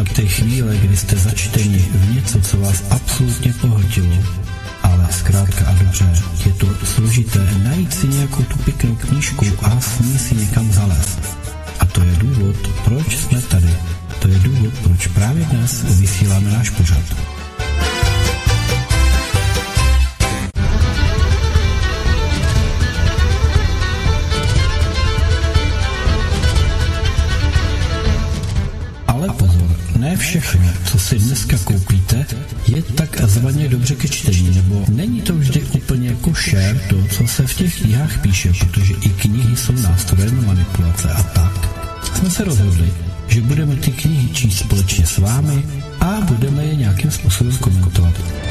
pak té chvíle, kdy jste začteni v něco, co vás absolutně pohltilo, ale zkrátka a dobře, je to složité najít si nějakou tu pěknou knížku a s ní si někam zalézt. A to je důvod, proč jsme tady. To je důvod, proč právě dnes vysíláme náš pořad. Ale pozor, ne všechno, co si dneska koupíte, je takzvaně dobře ke čtení, nebo není to vždy úplně košer to, co se v těch knihách píše, protože i knihy jsou nástrojem manipulace a tak. Jsme se rozhodli, že budeme ty knihy číst společně s vámi a budeme je nějakým způsobem komentovat.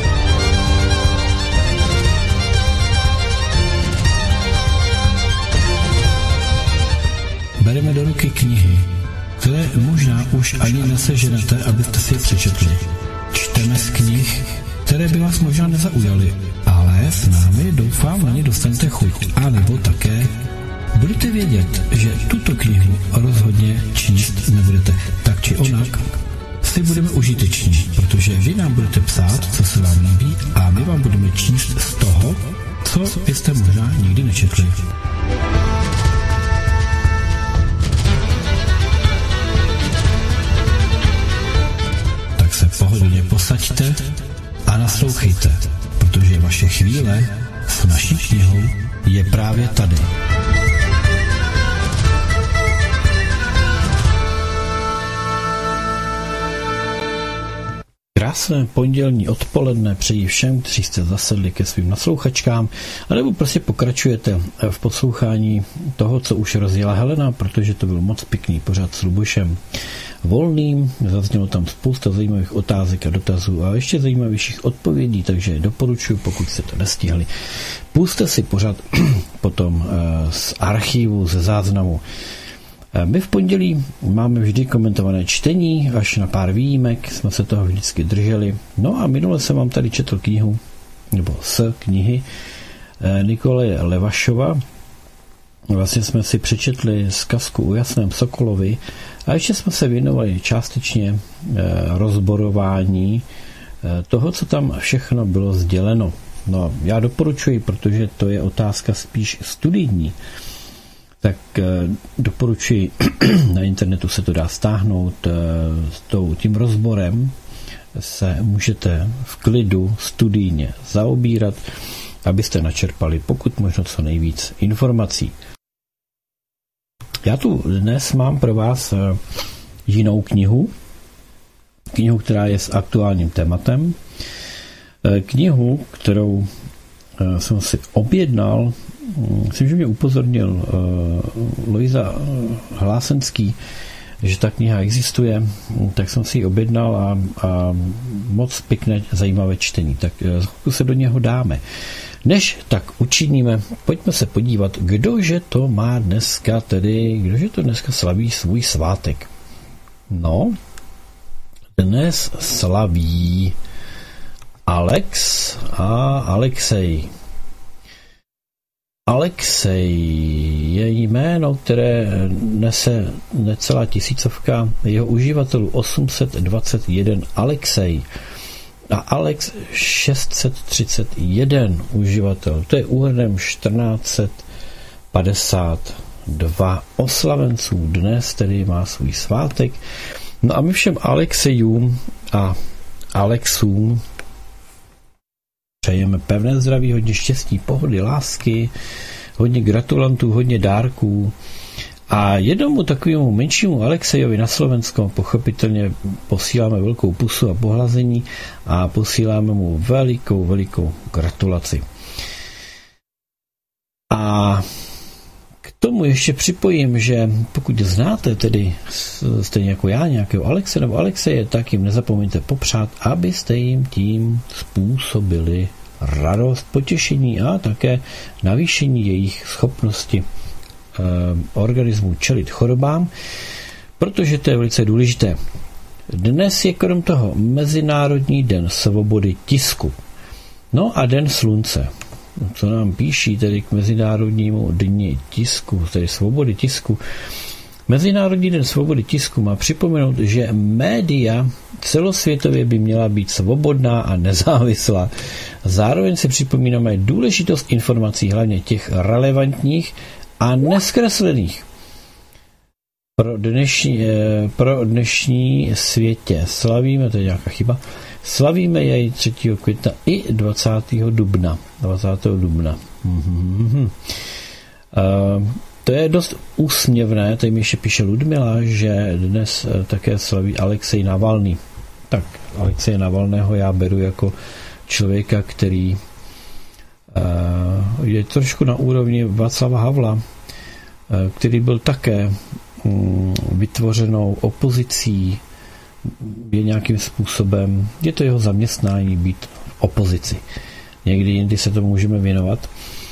Bereme do ruky knihy, které možná už ani neseženete, abyste si je přečetli. Čteme z knih, které by vás možná nezaujaly, ale s námi doufám na ně dostanete chuť. A nebo také budete vědět, že tuto knihu rozhodně číst nebudete. Tak či onak si budeme užiteční, protože vy nám budete psát, co se vám líbí, a my vám budeme číst z toho, co byste možná nikdy nečetli. Tak se pohodlně posaďte a naslouchejte, protože vaše chvíle s naší knihou je právě tady. Krásné pondělní odpoledne přeji všem, kteří jste zasedli ke svým naslouchačkám, anebo prostě pokračujete v poslouchání toho, co už rozjela Helena, protože to byl moc pěkný pořad s Lubošem Volným. Zaznělo tam spousta zajímavých otázek a dotazů a ještě zajímavějších odpovědí, takže doporučuji, pokud jste to nestihli. Pusťte si pořad potom z archivu, ze záznamu. My v pondělí máme vždy komentované čtení, až na pár výjimek jsme se toho vždycky drželi. No a minule jsem vám tady četl knihu, nebo z knihy Nikolaje Levašova. Vlastně jsme si přečetli zkazku o Jasném sokolovi a ještě jsme se věnovali částečně rozborování toho, co tam všechno bylo sděleno. No, já doporučuji, protože to je otázka spíš studijní, tak doporučuji, na internetu se to dá stáhnout, tím rozborem se můžete v klidu studijně zaobírat, abyste načerpali pokud možno co nejvíc informací. Já tu dnes mám pro vás jinou knihu, která je s aktuálním tématem, knihu, kterou jsem si objednal. Myslím, že mě upozornil Lojza Hlásenský, že ta kniha existuje, tak jsem si ji objednal a moc pěkné, zajímavé čtení. Tak se do něho dáme. Než tak učiníme, pojďme se podívat, kdože to dneska slaví svůj svátek. No, dnes slaví Alex a Alexej. Alexej je jméno, které nese necelá tisícovka jeho uživatelů, 821 Alexej a Alex 631 uživatel. To je úhrnem 1452 oslavenců. Dnes tedy má svůj svátek. No a my všem Alexejům a Alexům přejeme pevné zdraví, hodně štěstí, pohody, lásky, hodně gratulantů, hodně dárků. A jednomu takovému menšímu Alexejovi na Slovensko pochopitelně posíláme velkou pusu a pohlazení a posíláme mu velikou gratulaci. A k tomu ještě připojím, že pokud znáte tedy stejně jako já nějakého Alexe nebo Alexeje, tak jim nezapomeňte popřát, abyste jim tím způsobili radost, potěšení a také navýšení jejich schopnosti organismu čelit chorobám, protože to je velice důležité. Dnes je krom toho Mezinárodní den svobody tisku. No a Den slunce. Co nám píší tedy k Mezinárodnímu dni tisku, tedy svobody tisku, Mezinárodní den svobody tisku má připomenout, že média celosvětově by měla být svobodná a nezávislá. Zároveň si připomínáme důležitost informací, hlavně těch relevantních a neskreslených. Pro dnešní světě slavíme, to je nějaká chyba, slavíme jej 3. května i 20. dubna. To je dost úsměvné, tady mi ještě píše Ludmila, že dnes také slaví Alexej Navalný. Tak Alexeje Navalného já beru jako člověka, který je trošku na úrovni Václava Havla, který byl také vytvořenou opozicí, je nějakým způsobem, je to jeho zaměstnání být v opozici. Někdy jindy se tomu můžeme věnovat.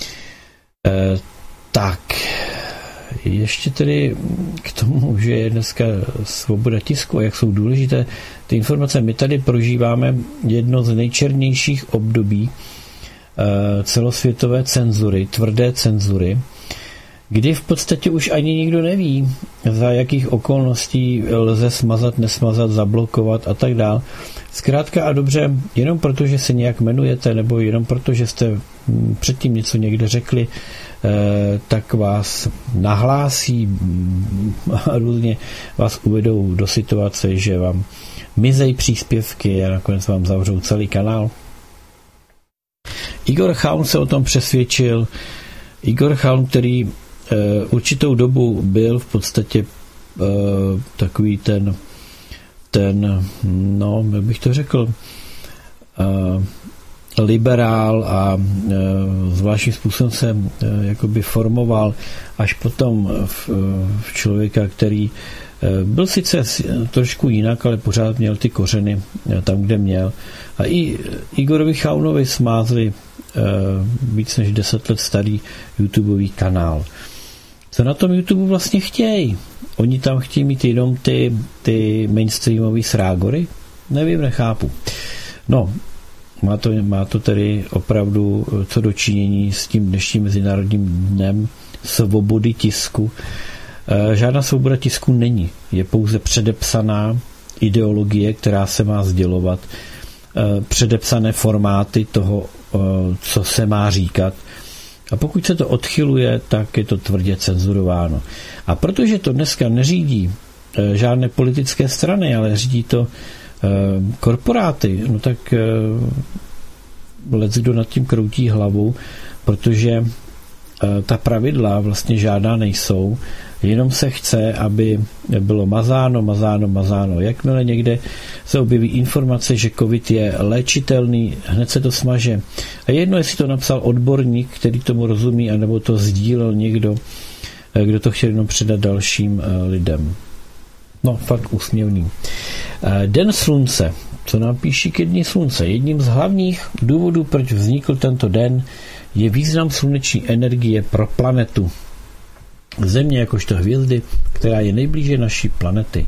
Tak, ještě tedy k tomu, že je dneska svoboda tisku a jak jsou důležité ty informace. My tady prožíváme jedno z nejčernějších období celosvětové cenzury, tvrdé cenzury, kdy v podstatě už ani nikdo neví, za jakých okolností lze smazat, nesmazat, zablokovat a tak dál. Zkrátka a dobře, jenom protože se nějak jmenujete, nebo jenom protože jste předtím něco někde řekli, tak vás nahlásí a různě vás uvedou do situace, že vám mizejí příspěvky a nakonec vám zavřou celý kanál. Igor Chaun se o tom přesvědčil. Igor Chaun, který určitou dobu byl v podstatě takový no, jak bych to řekl, liberál a zvláštním způsobem se jakoby formoval až potom v člověka, který byl sice trošku jinak, ale pořád měl ty kořeny tam, kde měl. A i Igorovi Chaunovi smázli víc než 10 let starý YouTubeový kanál. Co na tom YouTube vlastně chtějí? Oni tam chtějí mít jenom ty mainstreamové srágory? Nevím, nechápu. No, má to tedy opravdu co dočinění s tím dnešním Mezinárodním dnem svobody tisku. Žádná svoboda tisku není. Je pouze předepsaná ideologie, která se má sdělovat, předepsané formáty toho, co se má říkat. A pokud se to odchyluje, tak je to tvrdě cenzurováno. A protože to dneska neřídí žádné politické strany, ale řídí to korporáty, no tak leckdo nad tím kroutí hlavu, protože ta pravidla vlastně žádná nejsou, jenom se chce, aby bylo mazáno. Jakmile někde se objeví informace, že covid je léčitelný, hned se to smaže. A jedno, jestli to napsal odborník, který tomu rozumí, anebo to sdílel někdo, kdo to chtěl jenom předat dalším lidem. No, fakt úsměvný. Den slunce. Co nám píší ke dni slunce? Jedním z hlavních důvodů, proč vznikl tento den, je význam sluneční energie pro planetu. Země jakožto hvězdy, která je nejblíže naší planety.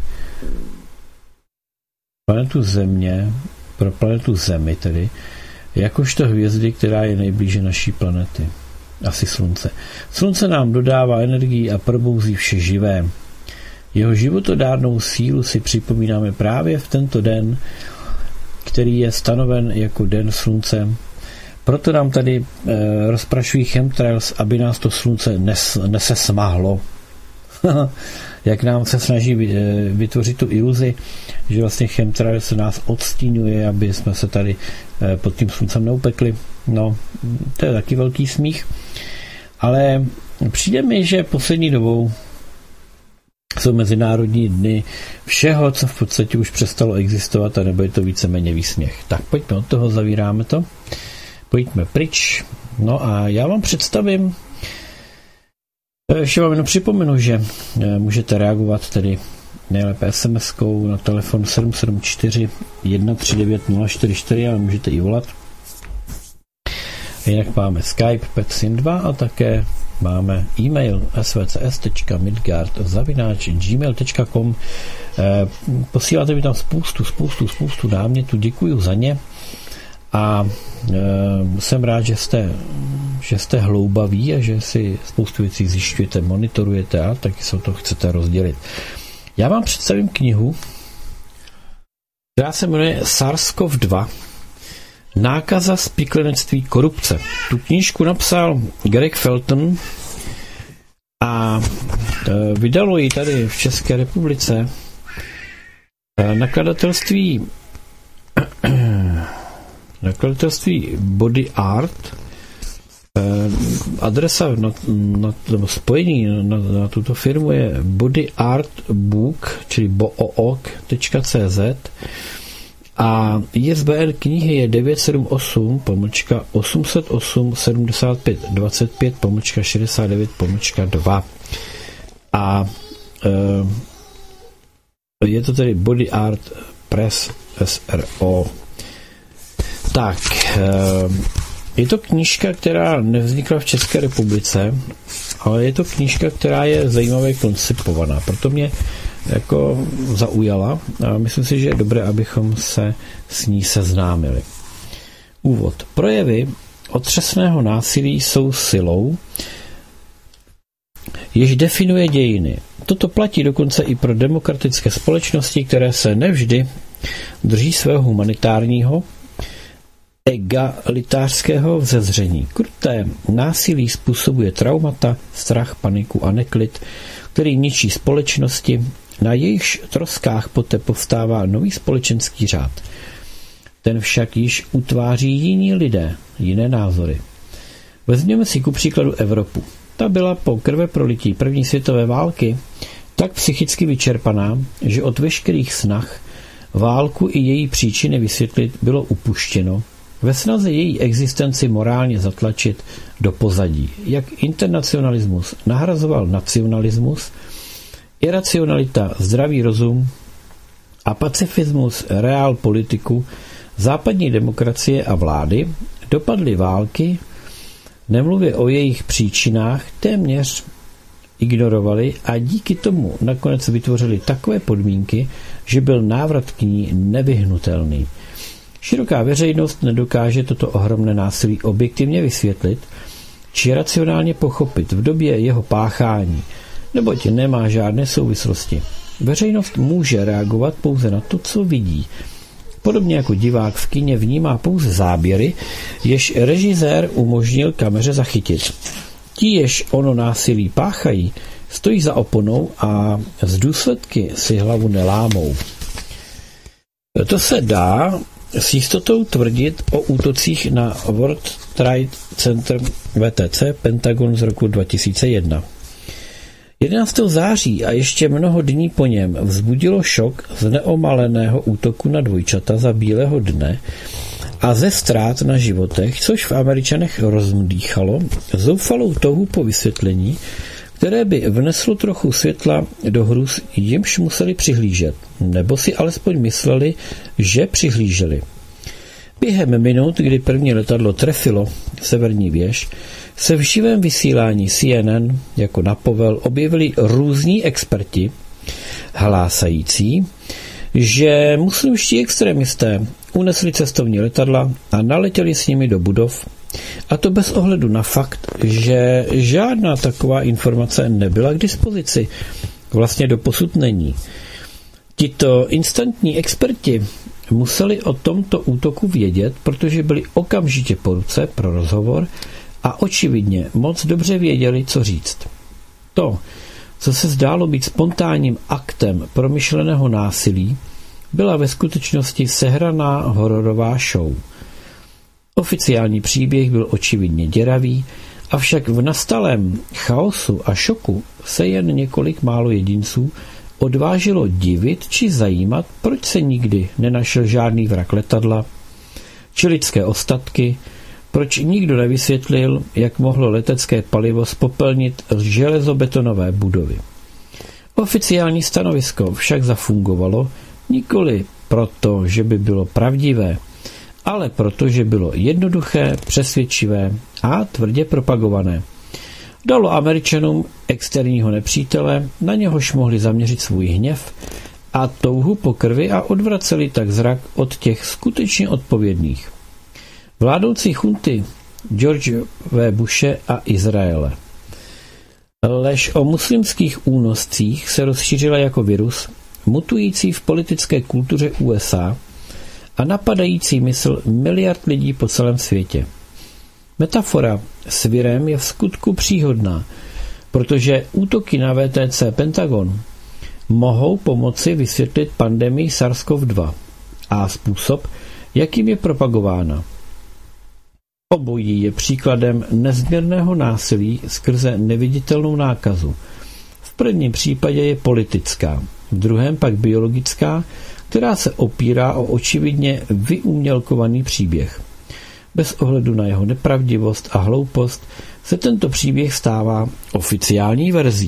Planetu Země, pro planetu Zemi tedy, jakožto hvězdy, která je nejblíže naší planety. Asi slunce. Slunce nám dodává energii a probouzí vše živé. Jeho životodárnou sílu si připomínáme právě v tento den, který je stanoven jako den slunce. Proto nám tady rozprašují chemtrails, aby nás to slunce nesesmahlo. Jak nám se snaží vytvořit tu iluzi, že vlastně chemtrails nás odstínuje, aby jsme se tady pod tím sluncem neupekli. No, to je taky velký smích. Ale přijde mi, že poslední dobou jsou mezinárodní dny všeho, co v podstatě už přestalo existovat, a nebo je to víceméně výsměch. Tak pojďme od toho, zavíráme to. Pojďme pryč. No a já vám představím, ještě vám jenom připomenu, že můžete reagovat tedy nejlépe SMS-kou na telefon 774 139 044, ale můžete i volat. Jinak máme Skype Petsin2 a také máme e-mail svcs.midgard@gmail.com. Posíláte mi tam spoustu námětů, děkuju za ně a jsem rád, že že jste hloubaví a že si spoustu věcí zjišťujete, monitorujete a taky se to chcete rozdělit. Já vám představím knihu, která se jmenuje SARS-CoV-2. Nákaza, spiklenectví, korupce. Tu knížku napsal Greg Felton a vydalo ji tady v České republice nakladatelství Body Art. Adresa nebo spojení na tuto firmu je Body Art Book, čili book.cz a ISBN knihy je 978-808-75-25-69-2 a je to tedy Body Art Press SRO. Tak, je to knížka, která nevznikla v České republice, ale je to knížka, která je zajímavě koncipovaná. Proto mě jako zaujala a myslím si, že je dobré, abychom se s ní seznámili. Úvod. Projevy otřesného násilí jsou silou, jež definuje dějiny. Toto platí dokonce i pro demokratické společnosti, které se nevždy drží svého humanitárního egalitářského vzezření. Kruté násilí způsobuje traumata, strach, paniku a neklid, který ničí společnosti, na jejichž troskách poté povstává nový společenský řád. Ten však již utváří jiní lidé, jiné názory. Vezměme si ku příkladu Evropu. Ta byla po krveprolití první světové války tak psychicky vyčerpaná, že od veškerých snah válku i její příčiny vysvětlit bylo upuštěno, ve snaze její existenci morálně zatlačit do pozadí. Jak internacionalismus nahrazoval nacionalismus, iracionalita zdravý rozum a pacifismus reál politiku, západní demokracie a vlády dopadly války, nemluvě o jejich příčinách, téměř ignorovali a díky tomu nakonec vytvořili takové podmínky, že byl návrat k ní nevyhnutelný. Široká veřejnost nedokáže toto ohromné násilí objektivně vysvětlit či racionálně pochopit v době jeho páchání, neboť nemá žádné souvislosti. Veřejnost může reagovat pouze na to, co vidí. Podobně jako divák v kině vnímá pouze záběry, jež režisér umožnil kameře zachytit. Ti, jež ono násilí páchají, stojí za oponou a z důsledky si hlavu nelámou. To se dá s jistotou tvrdit o útocích na World Trade Center WTC Pentagon z roku 2001. 11. září a ještě mnoho dní po něm vzbudilo šok z neomaleného útoku na dvojčata za bílého dne a ze ztrát na životech, což v Američanech rozmdýchalo zoufalou touhu po vysvětlení, které by vneslo trochu světla do hrůz, jimž museli přihlížet, nebo si alespoň mysleli, že přihlíželi. Během minut, kdy první letadlo trefilo severní věž, se v živém vysílání CNN jako na povel objevili různí experti hlásající, že muslimští extremisté unesli cestovní letadla a naletěli s nimi do budov, a to bez ohledu na fakt, že žádná taková informace nebyla k dispozici. Vlastně doposud není. Tito instantní experti museli o tomto útoku vědět, protože byli okamžitě po ruce pro rozhovor a očividně moc dobře věděli, co říct. To, co se zdálo být spontánním aktem promyšleného násilí, byla ve skutečnosti sehraná hororová show. Oficiální příběh byl očividně děravý, avšak v nastalém chaosu a šoku se jen několik málo jedinců odvážilo divit či zajímat, proč se nikdy nenašel žádný vrak letadla či lidské ostatky, proč nikdo nevysvětlil, jak mohlo letecké palivo spopelnit železobetonové budovy. Oficiální stanovisko však zafungovalo nikoli proto, že by bylo pravdivé, ale proto, že bylo jednoduché, přesvědčivé a tvrdě propagované. Dalo Američanům externího nepřítele, na něhož mohli zaměřit svůj hněv a touhu po krvi a odvraceli tak zrak od těch skutečně odpovědných. Vládoucí chunty George W. Bushe a Izraele. Lež o muslimských únoscích se rozšířila jako virus, mutující v politické kultuře USA a napadající mysl miliard lidí po celém světě. Metafora s virem je v skutku příhodná, protože útoky na VTC Pentagon mohou pomoci vysvětlit pandemii SARS-CoV-2 a způsob, jakým je propagována. Obojí je příkladem nezměrného násilí skrze neviditelnou nákazu. V prvním případě je politická, v druhém pak biologická, která se opírá o očividně vyumělkovaný příběh. Bez ohledu na jeho nepravdivost a hloupost se tento příběh stává oficiální verzí.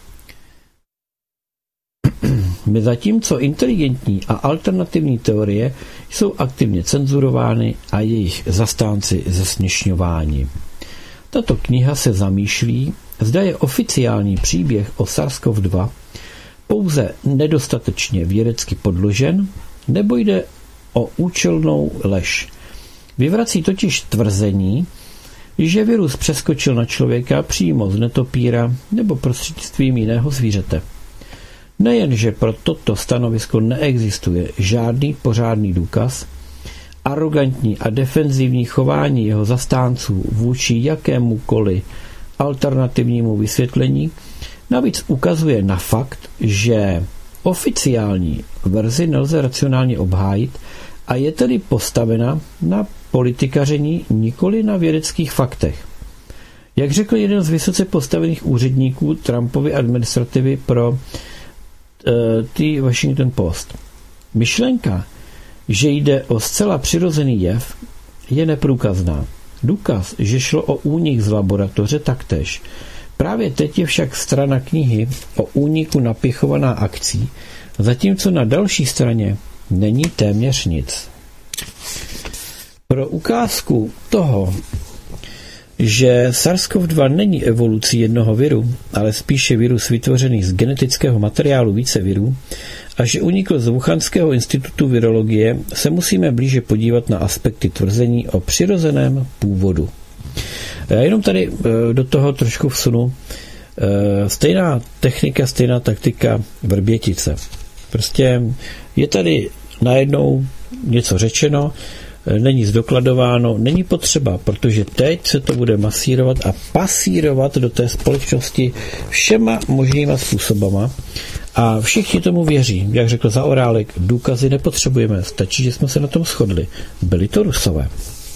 Zatímco inteligentní a alternativní teorie jsou aktivně cenzurovány a jejich zastánci zesměšňováni. Tato kniha se zamýšlí, zda je oficiální příběh o SARS-CoV-2 pouze nedostatečně vědecky podložen, nebo jde o účelnou lež. Vyvrací totiž tvrzení, že virus přeskočil na člověka přímo z netopíra nebo prostřednictvím jiného zvířete. Nejenže pro toto stanovisko neexistuje žádný pořádný důkaz, arrogantní a defenzivní chování jeho zastánců vůči jakémukoliv alternativnímu vysvětlení navíc ukazuje na fakt, že oficiální verzi nelze racionálně obhájit a je tedy postavena na politikaření, nikoli na vědeckých faktech. Jak řekl jeden z vysoce postavených úředníků Trumpovy administrativy pro The Washington Post. Myšlenka, že jde o zcela přirozený jev, je neprůkazná. Důkaz, že šlo o únik z laboratoře, taktéž. Právě teď je však strana knihy o úniku napěchovaná akcí, zatímco na další straně není téměř nic. Pro ukázku toho, že SARS-CoV-2 není evolucí jednoho viru, ale spíše virus vytvořený z genetického materiálu více virů a že unikl z Wuhanského institutu virologie, se musíme blíže podívat na aspekty tvrzení o přirozeném původu. Já jenom tady do toho trošku vsunu. Stejná technika, stejná taktika Vrbětice. Prostě je tady najednou něco řečeno, není zdokladováno, není potřeba, protože teď se to bude masírovat a pasírovat do té společnosti všema možnýma způsobama a všichni tomu věří. Jak řekl Zaorálek, důkazy nepotřebujeme, stačí, že jsme se na tom shodli. Byli to Rusové.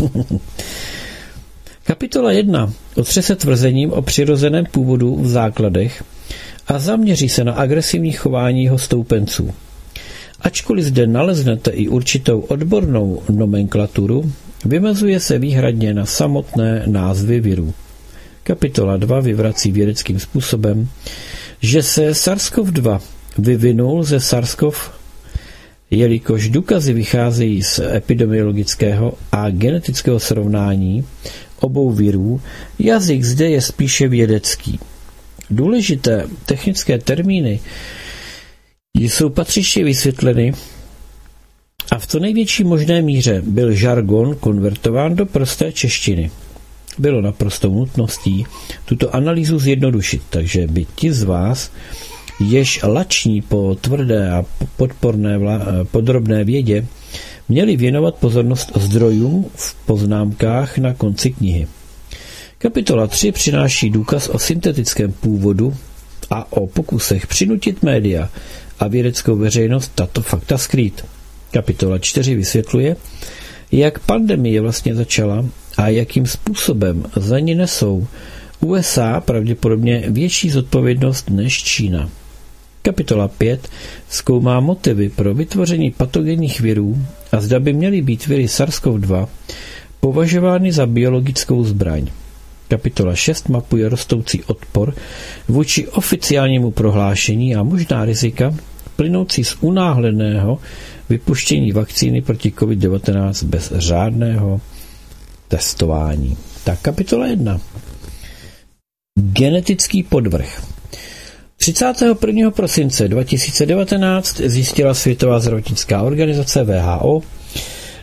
Kapitola 1 otře tvrzením o přirozeném původu v základech a zaměří se na agresivní chování jeho stoupenců. Ačkoliv zde naleznete i určitou odbornou nomenklaturu, vymezuje se výhradně na samotné názvy virů. Kapitola 2 vyvrací vědeckým způsobem, že se SARS-CoV-2 vyvinul ze SARS-CoV, jelikož důkazy vycházejí z epidemiologického a genetického srovnání obou virů, jazyk zde je spíše vědecký. Důležité technické termíny jsou patřičně vysvětleny a v co největší možné míře byl žargon konvertován do prosté češtiny. Bylo naprostou nutností tuto analýzu zjednodušit, takže by ti z vás, jež lační po tvrdé a podrobné vědě, měli věnovat pozornost zdrojům v poznámkách na konci knihy. Kapitola 3 přináší důkaz o syntetickém původu a o pokusech přinutit média a vědeckou veřejnost tato fakta skrýt. Kapitola 4 vysvětluje, jak pandemie vlastně začala a jakým způsobem za ní nesou USA pravděpodobně větší zodpovědnost než Čína. Kapitola 5 zkoumá motivy pro vytvoření patogenních virů a zda by měly být viry SARS-CoV-2 považovány za biologickou zbraň. Kapitola 6 mapuje rostoucí odpor vůči oficiálnímu prohlášení a možná rizika plynoucí z unáhleného vypuštění vakcíny proti COVID-19 bez řádného testování. Tak kapitola 1. Genetický podvrh. 31. prosince 2019 zjistila Světová zdravotnická organizace WHO,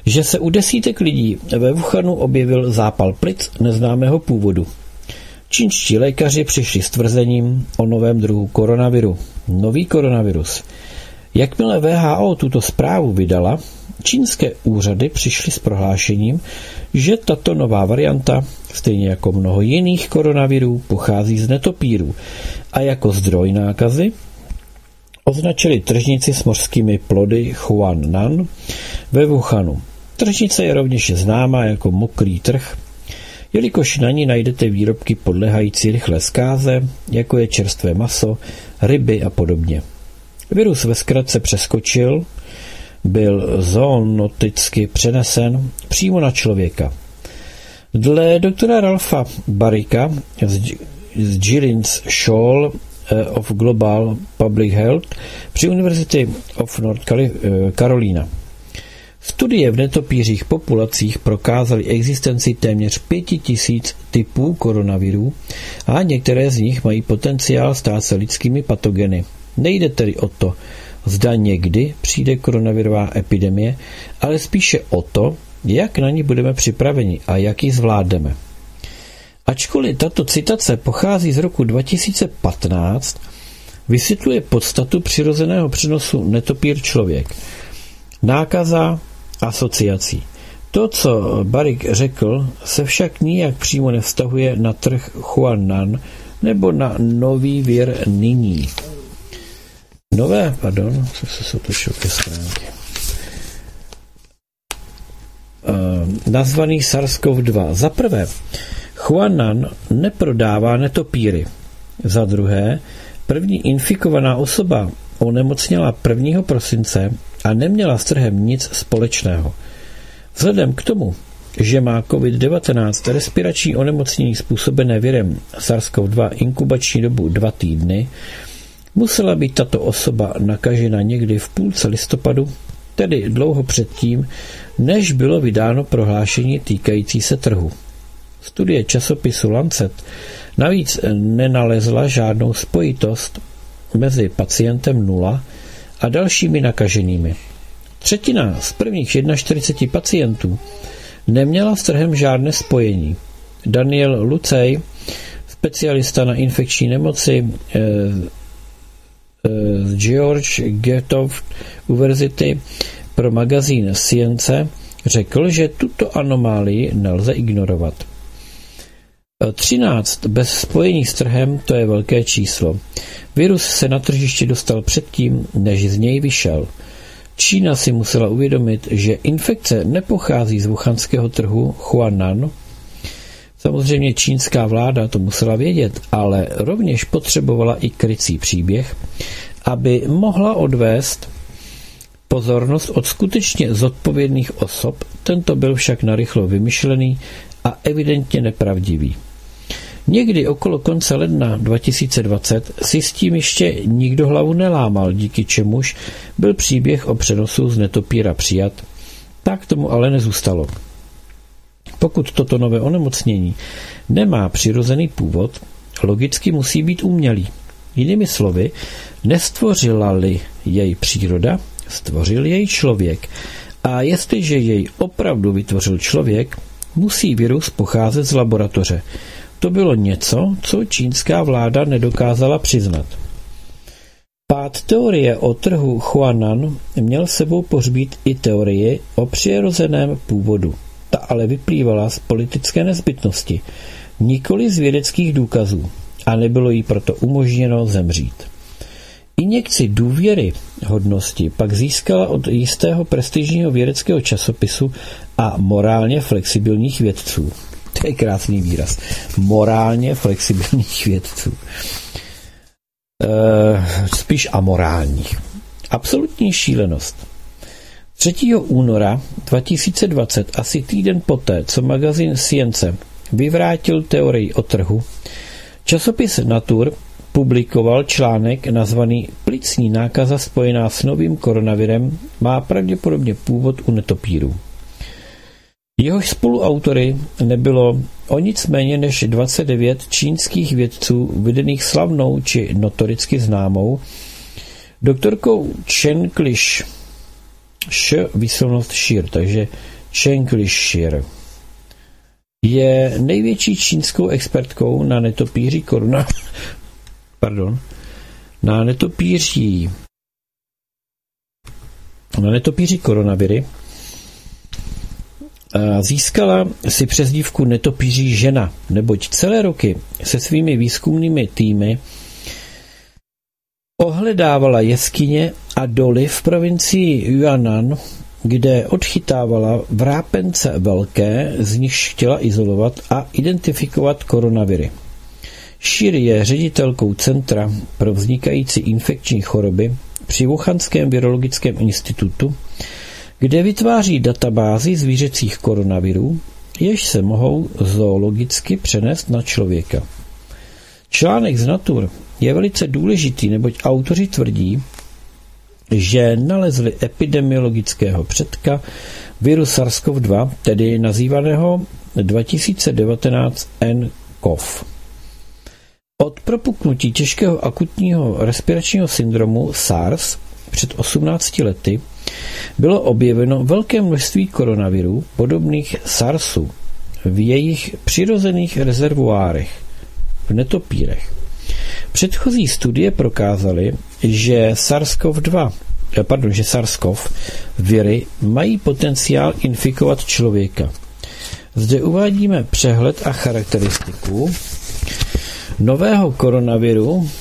že se u desítek lidí ve Wuhanu objevil zápal plic neznámého původu. Čínští lékaři přišli s tvrzením o novém druhu koronaviru. Nový koronavirus. Jakmile WHO tuto zprávu vydala, čínské úřady přišly s prohlášením, že tato nová varianta, stejně jako mnoho jiných koronavirů, pochází z netopírů a jako zdroj nákazy označili tržnici s mořskými plody Huanan ve Wuhanu. Tržnice je rovněž známá jako mokrý trh, jelikož na ní najdete výrobky podléhající rychlé zkáze, jako je čerstvé maso, ryby a podobně. Virus ve zkratce přeskočil, byl zoonoticky přenesen přímo na člověka. Dle doktora Ralpha Barricka z Gillings School of Global Public Health při University of North Carolina. Studie v netopířích populacích prokázaly existenci téměř 5000 typů koronavirů a některé z nich mají potenciál stát se lidskými patogeny. Nejde tedy o to, zda někdy přijde koronavirová epidemie, ale spíše o to, jak na ní budeme připraveni a jak ji zvládneme. Ačkoliv tato citace pochází z roku 2015, vysvětluje podstatu přirozeného přenosu netopír-člověk. Nákaza asociací. To, co Barrick řekl, se však nijak přímo nevztahuje na trh Huanan nebo na nový vir nyní. Nazvaný SARS-CoV-2. Za prvé, Huanan neprodává netopíry. Za druhé, první infikovaná osoba onemocněla 1. prosince a neměla s trhem nic společného. Vzhledem k tomu, že má COVID-19 respirační onemocnění způsobené virem SARS-CoV-2 inkubační dobu 2 týdny, musela být tato osoba nakažena někdy v půlce listopadu, tedy dlouho předtím, než bylo vydáno prohlášení týkající se trhu. Studie časopisu Lancet navíc nenalezla žádnou spojitost mezi pacientem 0 a dalšími nakaženými. 1/3 z prvních 41 pacientů neměla s trhem žádné spojení. Daniel Lucej, specialista na infekční nemoci z George Getov University pro magazín Science, řekl, že tuto anomálii nelze ignorovat. 13 bez spojení s trhem, to je velké číslo. Virus se na tržiště dostal předtím, než z něj vyšel. Čína si musela uvědomit, že infekce nepochází z wuhanského trhu Huanan. Samozřejmě čínská vláda to musela vědět, ale rovněž potřebovala i krycí příběh, aby mohla odvést pozornost od skutečně zodpovědných osob. Tento byl však narychlo vymyšlený a evidentně nepravdivý. Někdy okolo konce ledna 2020 si s tím ještě nikdo hlavu nelámal, díky čemuž byl příběh o přenosu z netopíra přijat. Tak tomu ale nezůstalo. Pokud toto nové onemocnění nemá přirozený původ, logicky musí být umělý. Jinými slovy, nestvořila-li jej příroda, stvořil jej člověk. A jestliže jej opravdu vytvořil člověk, musí virus pocházet z laboratoře. To bylo něco, co čínská vláda nedokázala přiznat. Pád teorie o trhu Huanan měl sebou pohřbít i teorie o přirozeném původu. Ta ale vyplývala z politické nezbytnosti, nikoli z vědeckých důkazů, a nebylo jí proto umožněno zemřít. Injekci důvěry hodnosti pak získala od jistého prestižního vědeckého časopisu a morálně flexibilních vědců. To je krásný výraz. Morálně flexibilních vědců. Spíš amorálních. Absolutní šílenost. 3. února 2020, asi týden poté, co magazín Science vyvrátil teorii o trhu, časopis Nature publikoval článek nazvaný Plicní nákaza spojená s novým koronavirem má pravděpodobně původ u netopírů. Jehož spoluautory nebylo o nic méně než 29 čínských vědců vedených slavnou či notoricky známou doktorkou Chen Kliš, výslovnost Shir, takže Cheng Lishir je největší čínskou expertkou na netopíří koronaviry. Získala si přezdívku netopíří žena, neboť celé roky se svými výzkumnými týmy ohledávala jeskyně a doly v provincii Yunnan, kde odchytávala vrápence velké, z nichž chtěla izolovat a identifikovat koronaviry. Shir je ředitelkou Centra pro vznikající infekční choroby při Wuhanském virologickém institutu, kde vytváří databázi zvířecích koronavirů, jež se mohou zoologicky přenést na člověka. Článek z Nature je velice důležitý, neboť autoři tvrdí, že nalezli epidemiologického předka viru SARS-CoV-2, tedy nazývaného 2019 nCoV. Od propuknutí těžkého akutního respiračního syndromu SARS před 18 lety bylo objeveno velké množství koronavirů podobných SARSu v jejich přirozených rezervoárech, v netopírech. Předchozí studie prokázaly, že SARS-CoV viry mají potenciál infikovat člověka. Zde uvádíme přehled a charakteristiku nového koronaviru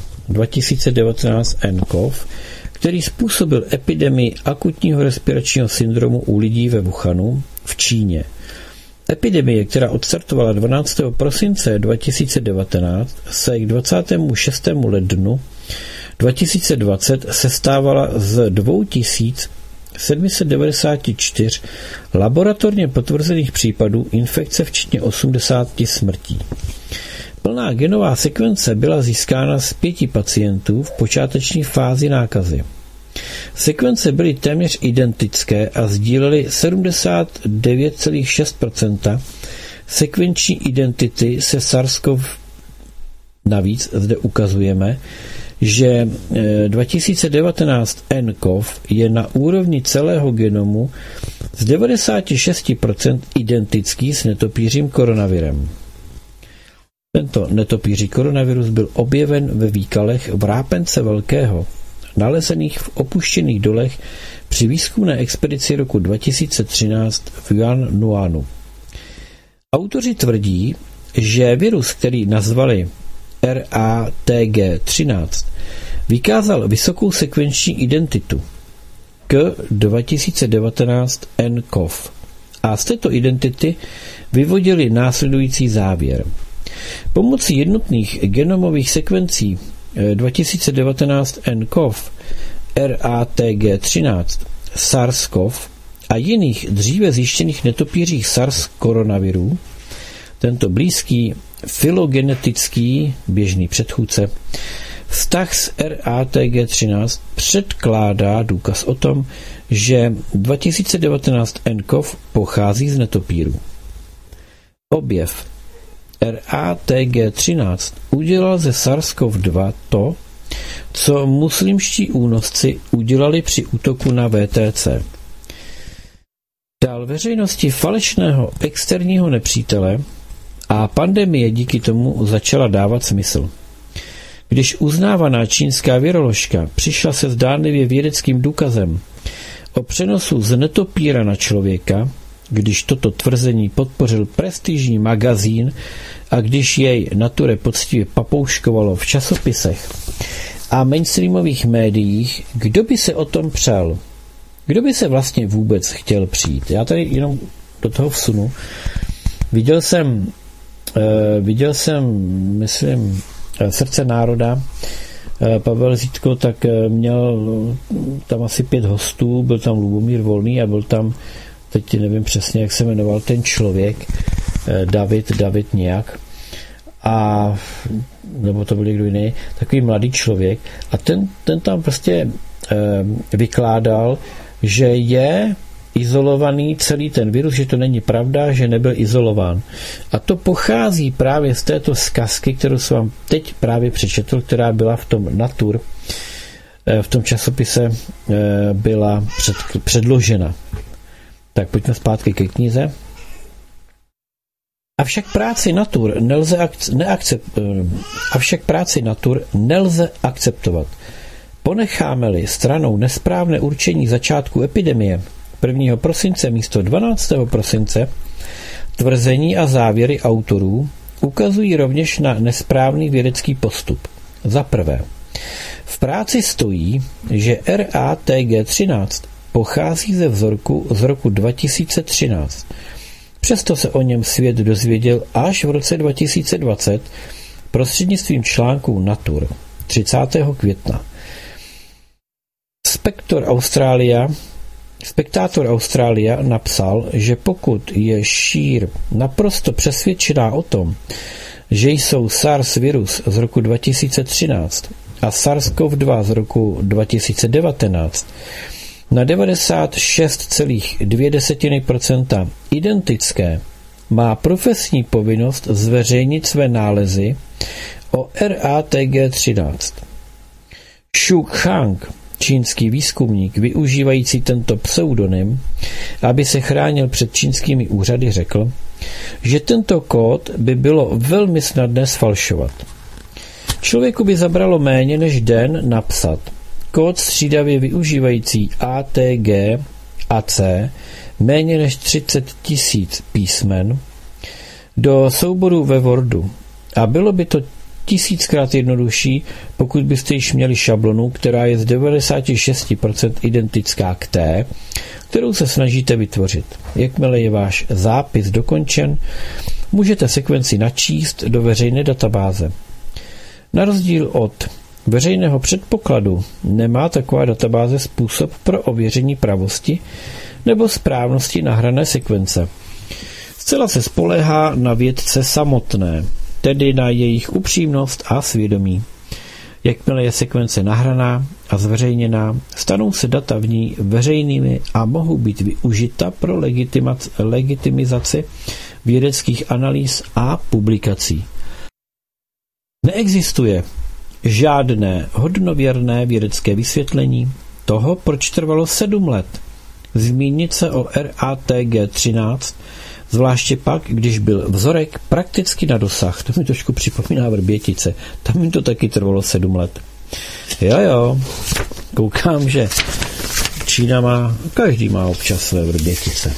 2019 nCoV, který způsobil epidemii akutního respiračního syndromu u lidí ve Wuhanu v Číně. Epidemie, která odstartovala 12. prosince 2019, se k 26. lednu 2020 sestávala z 2794 laboratorně potvrzených případů infekce, včetně 80 smrtí. Plná genová sekvence byla získána z 5 pacientů v počáteční fázi nákazy. Sekvence byly téměř identické a sdílely 79,6% sekvenční identity se SARS-CoV. Navíc zde ukazujeme, že 2019 nCoV je na úrovni celého genomu z 96% identický s netopířím koronavirem. Tento netopíří koronavirus byl objeven ve výkalech vrápence velkého, nalezených v opuštěných dolech při výzkumné expedici roku 2013 v Yunnanu. Autoři tvrdí, že virus, který nazvali RATG13, vykázal vysokou sekvenční identitu k 2019 nCoV a z této identity vyvodili následující závěr. Pomocí jednotných genomových sekvencí 2019 nCoV, RATG13, SARS-CoV a jiných dříve zjištěných netopířích SARS koronavirů, tento blízký filogenetický běžný předchůdce, vztah s RATG13 předkládá důkaz o tom, že 2019 nCoV pochází z netopíru. Objev RATG13 udělal ze SARS-CoV-2 to, co muslimští únosci udělali při útoku na VTC. Dal veřejnosti falešného externího nepřítele a pandemie díky tomu začala dávat smysl. Když uznávaná čínská viroložka přišla se zdánlivě vědeckým důkazem o přenosu z netopíra na člověka, když toto tvrzení podpořil prestižní magazín a když jej Nature poctivě papouškovalo v časopisech a mainstreamových médiích, kdo by se o tom přel? Kdo by se vlastně vůbec chtěl přijít? Já tady jenom do toho vsunu. Viděl jsem, myslím, Srdce národa. Pavel Zítko tak měl tam asi 5 hostů, byl tam Lubomír Volný a byl tam, teď nevím přesně, jak se jmenoval ten člověk, David nějak, a nebo to byl někdo jiný, takový mladý člověk, a ten tam prostě vykládal, že je izolovaný celý ten virus, že to není pravda, že nebyl izolován. A to pochází právě z této zkazky, kterou jsem vám teď právě přečetl, která byla v tom Nature, v tom časopise byla předložena. Tak pojďme zpátky ke knize. Avšak práci natur nelze akceptovat. Ponecháme-li stranou nesprávné určení začátku epidemie 1. prosince místo 12. prosince, tvrzení a závěry autorů ukazují rovněž na nesprávný vědecký postup. Za prvé, v práci stojí, že RATG13 pochází ze vzorku z roku 2013. Přesto se o něm svět dozvěděl až v roce 2020 prostřednictvím článků Nature 30. května. Spectator Australia napsal, že pokud je Scheer naprosto přesvědčená o tom, že jsou SARS virus z roku 2013 a SARS-CoV-2 z roku 2019 na 96,2% identické, má profesní povinnost zveřejnit své nálezy o RATG13. Xu Kang, čínský výzkumník využívající tento pseudonym, aby se chránil před čínskými úřady, řekl, že tento kód by bylo velmi snadné sfalšovat. Člověku by zabralo méně než den napsat kód střídavě využívající ATG a C méně než 30 000 písmen do souboru ve Wordu a bylo by to 1000krát jednodušší, pokud byste již měli šablonu, která je z 96% identická k té, kterou se snažíte vytvořit. Jakmile je váš zápis dokončen, můžete sekvenci načíst do veřejné databáze. Na rozdíl od veřejného předpokladu nemá taková databáze způsob pro ověření pravosti nebo správnosti nahrané sekvence. Zcela se spoléhá na vědce samotné, tedy na jejich upřímnost a svědomí. Jakmile je sekvence nahraná a zveřejněná, stanou se data v ní veřejnými a mohou být využita pro legitimizaci vědeckých analýz a publikací. Neexistuje žádné hodnověrné vědecké vysvětlení toho, proč trvalo 7 let zmínit se o RATG13, zvláště pak, když byl vzorek prakticky na dosah. To mi trošku připomíná Vrbětice. Tam jim to taky trvalo 7 let. Jo, koukám, že Čína každý má občas své Vrbětice.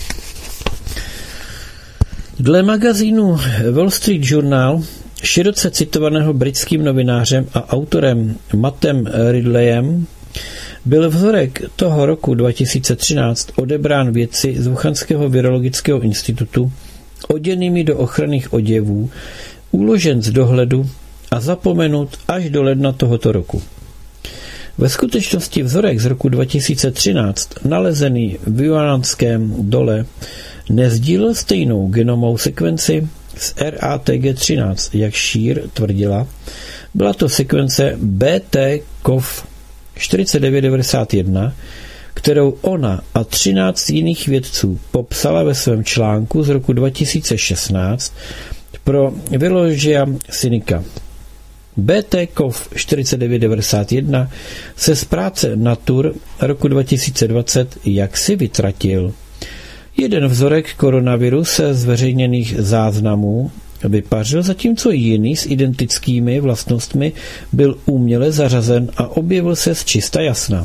Dle magazínu Wall Street Journal, široce citovaného britským novinářem a autorem Mattem Ridleyem, byl vzorek toho roku 2013 odebrán vědci z Wuhanského virologického institutu oděnými do ochranných oděvů, uložen z dohledu a zapomenut až do ledna tohoto roku. Ve skutečnosti vzorek z roku 2013, nalezený v Wuhanském dole, nesdílel stejnou genomou sekvenci s RATG13, jak Scheer tvrdila. Byla to sekvence BT-CoV 4991, kterou ona a 13 jiných vědců popsala ve svém článku z roku 2016 pro Virologia Sinica. BT-CoV 4991 se z práce Nature roku 2020 jaksi vytratil. Jeden vzorek koronaviru se zveřejněných záznamů vypařil, zatímco jiný s identickými vlastnostmi byl uměle zařazen a objevil se z čista jasna.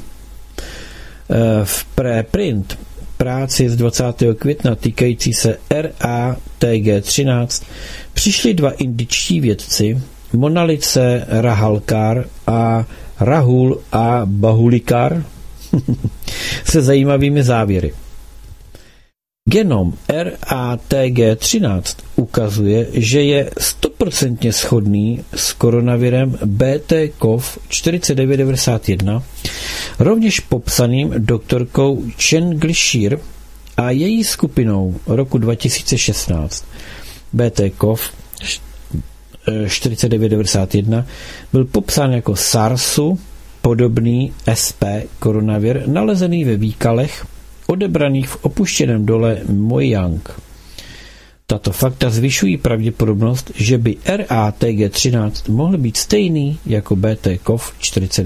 V preprint práci z 20. května týkající se RATG13 přišli 2 indičtí vědci, Monalice Rahalkar a Rahul a Bahulikar, se zajímavými závěry. Genom RATG13 ukazuje, že je 100% shodný s koronavirem BT-CoV 4991, rovněž popsaným doktorkou Chen Glišier a její skupinou roku 2016. BT-CoV 4991 byl popsán jako SARSu podobný SP koronavir nalezený ve výkalech odebraných v opuštěném dole Mojang. Tato fakta zvyšují pravděpodobnost, že by RATG13 mohl být stejný jako BT-CoV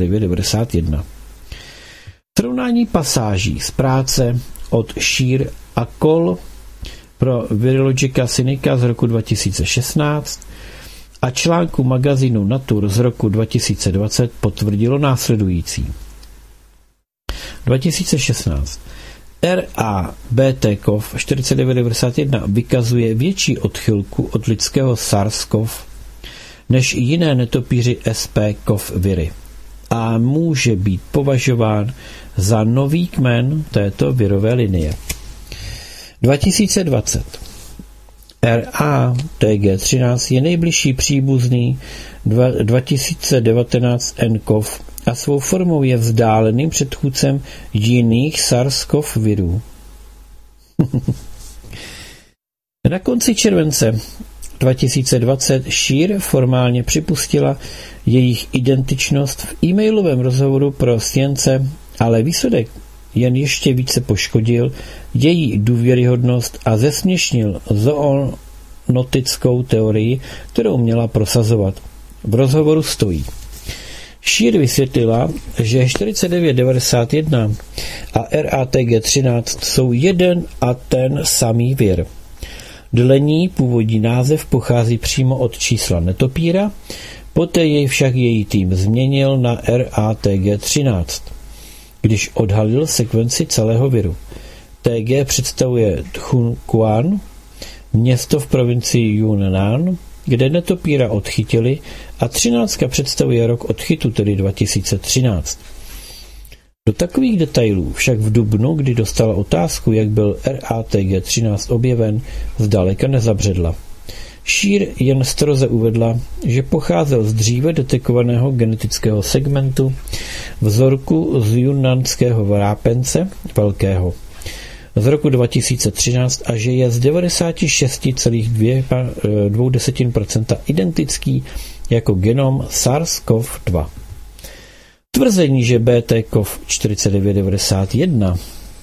4991. Srovnání pasáží z práce od Scheer a Call pro Virologica Sinica z roku 2016 a článku magazínu Nature z roku 2020 potvrdilo následující. 2016. RA-BT-CoV 4991 vykazuje větší odchylku od lidského SARS-CoV než jiné netopíři SP-CoV viry a může být považován za nový kmen této virové linie. 2020. RA-TG13 je nejbližší příbuzný 2019 nCoV a svou formou je vzdáleným předchůdcem jiných SARS-CoV virů. Na konci července 2020 Shear formálně připustila jejich identičnost v e-mailovém rozhovoru pro Science, ale výsledek jen ještě více poškodil její důvěryhodnost a zesměšnil zoonotickou teorii, kterou měla prosazovat. V rozhovoru stojí. Shear vysvětlila, že 4991 a RATG13 jsou jeden a ten samý vir. Dle ní původní název pochází přímo od čísla netopíra, poté jej však její tým změnil na RATG13, když odhalil sekvenci celého viru. TG představuje Tchunquan, město v provincii Yunnan, kde netopíra odchytili, a 13 představuje rok odchytu, tedy 2013. Do takových detailů však v dubnu, kdy dostala otázku, jak byl RATG13 objeven, zdaleka nezabředla. Shear jen stroze uvedla, že pocházel z dříve detekovaného genetického segmentu vzorku z junnanského vápence velkého z roku 2013 a že je z 96,2% identický jako genom SARS-CoV-2. Tvrzení, že BT-CoV 4991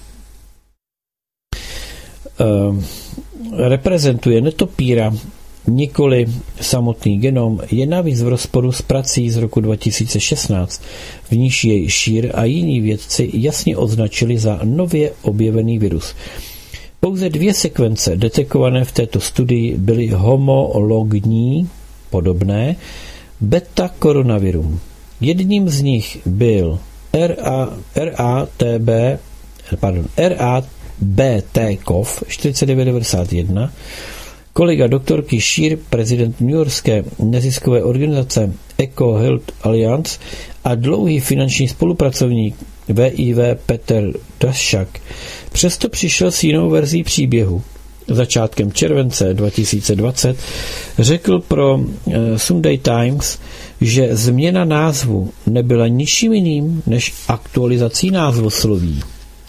reprezentuje netopíra, nikoli samotný genom, je navíc v rozporu s prací z roku 2016, v níž jej Shear a jiní vědci jasně označili za nově objevený virus. Pouze 2 sekvence detekované v této studii byly homologní, podobné, beta koronavirům. Jedním z nich byl RABT-CoV 4991. Kolega doktorky Shear, prezident newyorské neziskové organizace Eco Health Alliance a dlouhý finanční spolupracovník VIV Peter Daszak přesto přišel s jinou verzí příběhu. Začátkem července 2020 řekl pro Sunday Times, že změna názvu nebyla ničím jiným než aktualizací názvosloví.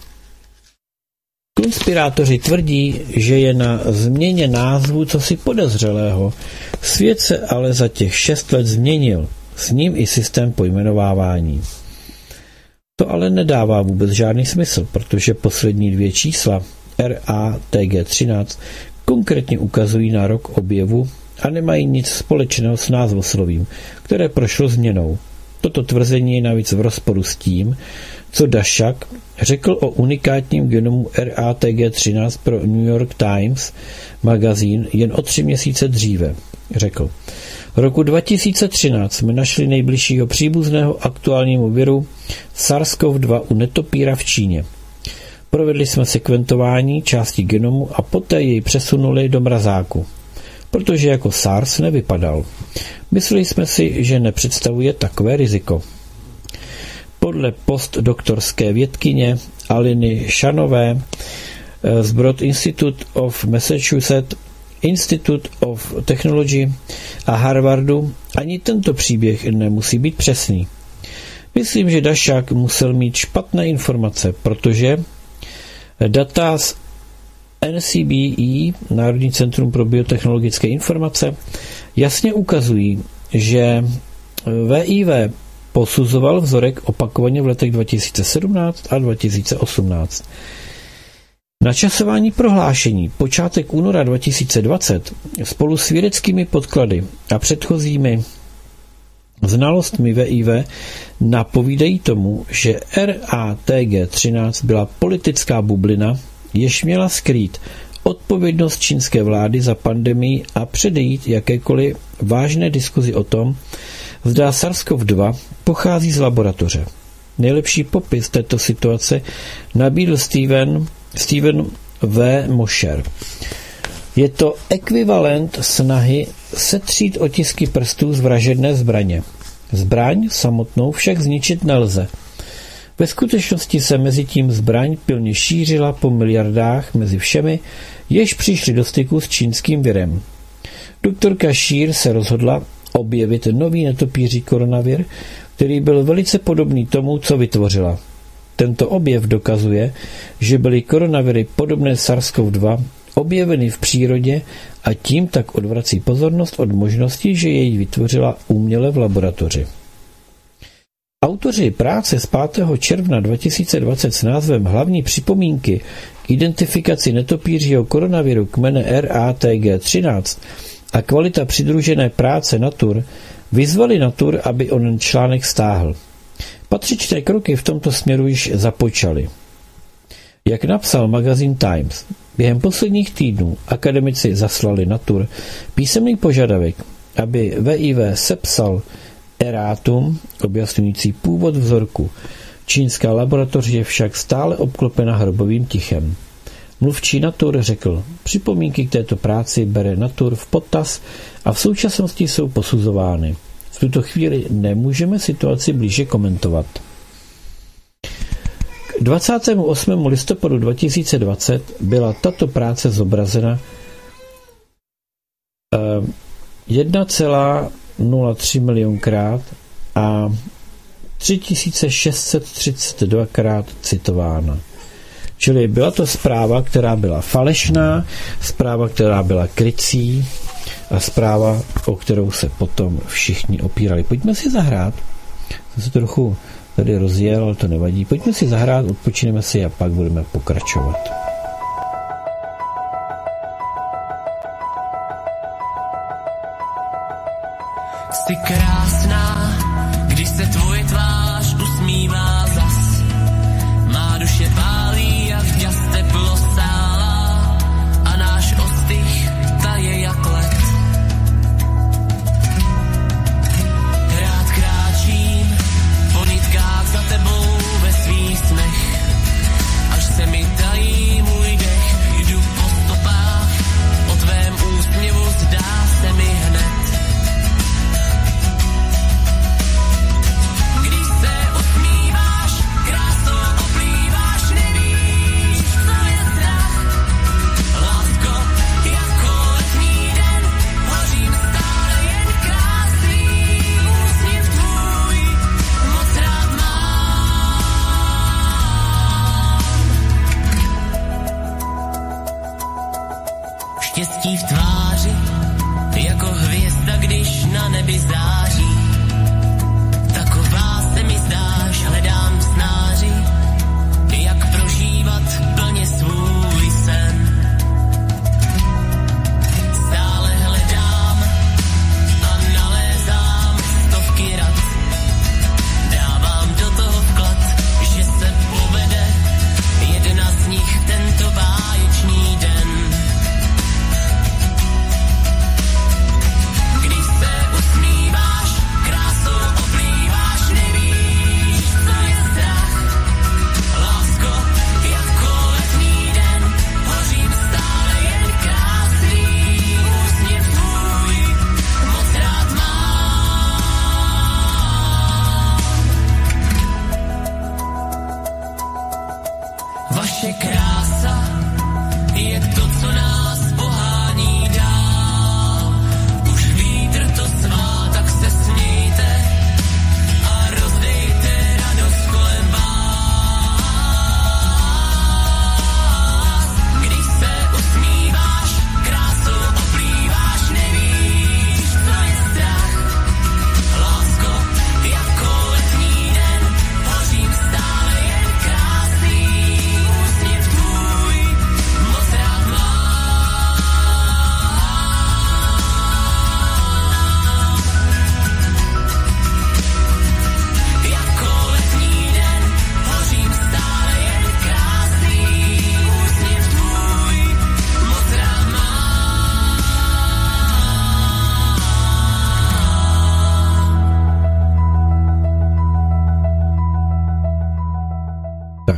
Konspirátoři tvrdí, že je na změně názvu cosi podezřelého. Svět se ale za těch 6 let změnil, s ním i systém pojmenovávání. To ale nedává vůbec žádný smysl, protože poslední 2 čísla RATG13 konkrétně ukazují na rok objevu a nemají nic společného s názvoslovím, které prošlo změnou. Toto tvrzení je navíc v rozporu s tím, co Daszak řekl o unikátním genomu RATG13 pro New York Times magazín jen o 3 měsíce dříve. Řekl: roku 2013 jsme našli nejbližšího příbuzného aktuálnímu viru SARS-CoV-2 u netopíra v Číně. Provedli jsme sekventování části genomu a poté jej přesunuli do mrazáku, protože jako SARS nevypadal. Mysleli jsme si, že nepředstavuje takové riziko. Podle postdoktorské vědkyně Aliny Šanové z Broad Institute of Massachusetts, Institute of Technology a Harvardu ani tento příběh nemusí být přesný. Myslím, že Daszak musel mít špatné informace, protože data z NCBI, Národní centrum pro biotechnologické informace, jasně ukazují, že VIV posuzoval vzorek opakovaně v letech 2017 a 2018. Načasování prohlášení počátek února 2020 spolu s vědeckými podklady a předchozími znalostmi VIV napovídají tomu, že RATG13 byla politická bublina jež měla skrýt odpovědnost čínské vlády za pandemii a předejít jakékoliv vážné diskuzi o tom, zda SARS-CoV-2 pochází z laboratoře. Nejlepší popis této situace nabídl Steven V. Mosher. Je to ekvivalent snahy setřít otisky prstů z vražedné zbraně. Zbraň samotnou však zničit nelze. Ve skutečnosti se mezi tím zbraň pilně šířila po miliardách mezi všemi, jež přišli do styku s čínským virem. Doktorka Shear se rozhodla objevit nový netopíří koronavir, který byl velice podobný tomu, co vytvořila. Tento objev dokazuje, že byly koronaviry podobné SARS-CoV-2 objeveny v přírodě a tím tak odvrací pozornost od možnosti, že jej vytvořila uměle v laboratoři. Autoři práce z 5. června 2020 s názvem Hlavní připomínky k identifikaci netopířího koronaviru kmene RATG13 a kvalita přidružené práce Nature vyzvali Nature, aby onen článek stáhl. Patřičné kroky v tomto směru již započaly. Jak napsal magazín Times, během posledních týdnů akademici zaslali Nature písemný požadavek, aby VIV sepsal erátum, objasňující původ vzorku. Čínská laboratoř je však stále obklopena hrobovým tichem. Mluvčí Nature řekl, připomínky k této práci bere Nature v potaz a v současnosti jsou posuzovány. V tuto chvíli nemůžeme situaci blíže komentovat. K 28. listopadu 2020 byla tato práce zobrazena 1,03 milionkrát a 3632krát citována. Čili byla to zpráva, která byla falešná, zpráva, která byla krycí a zpráva, o kterou se potom všichni opírali. Pojďme si zahrát. Jsem se trochu tady rozjel, ale to nevadí. Pojďme si zahrát, odpočineme si a pak budeme pokračovat. Jsi krásná, když se tvoje tvář usmívá zas. Má duše pálí, jak vďas teplo sála a náš ostych taje jak led. Rád kráčím po nitkách za tebou ve svých snech, až se mi tají můj dech, jdu po stopách, o tvém úsměvu zdá se mi hned. Štěstí v tváři, jako hvězda, když na nebi září. Taková se mi zdáš, hledám v snáři, jak prožívat plně svůj sen. Stále hledám a nalézám stovky rad. Dávám do toho vklad, že se povede jedna z nich tento báječný den. Usmíváš, krásou oplýváš, nevíš, co je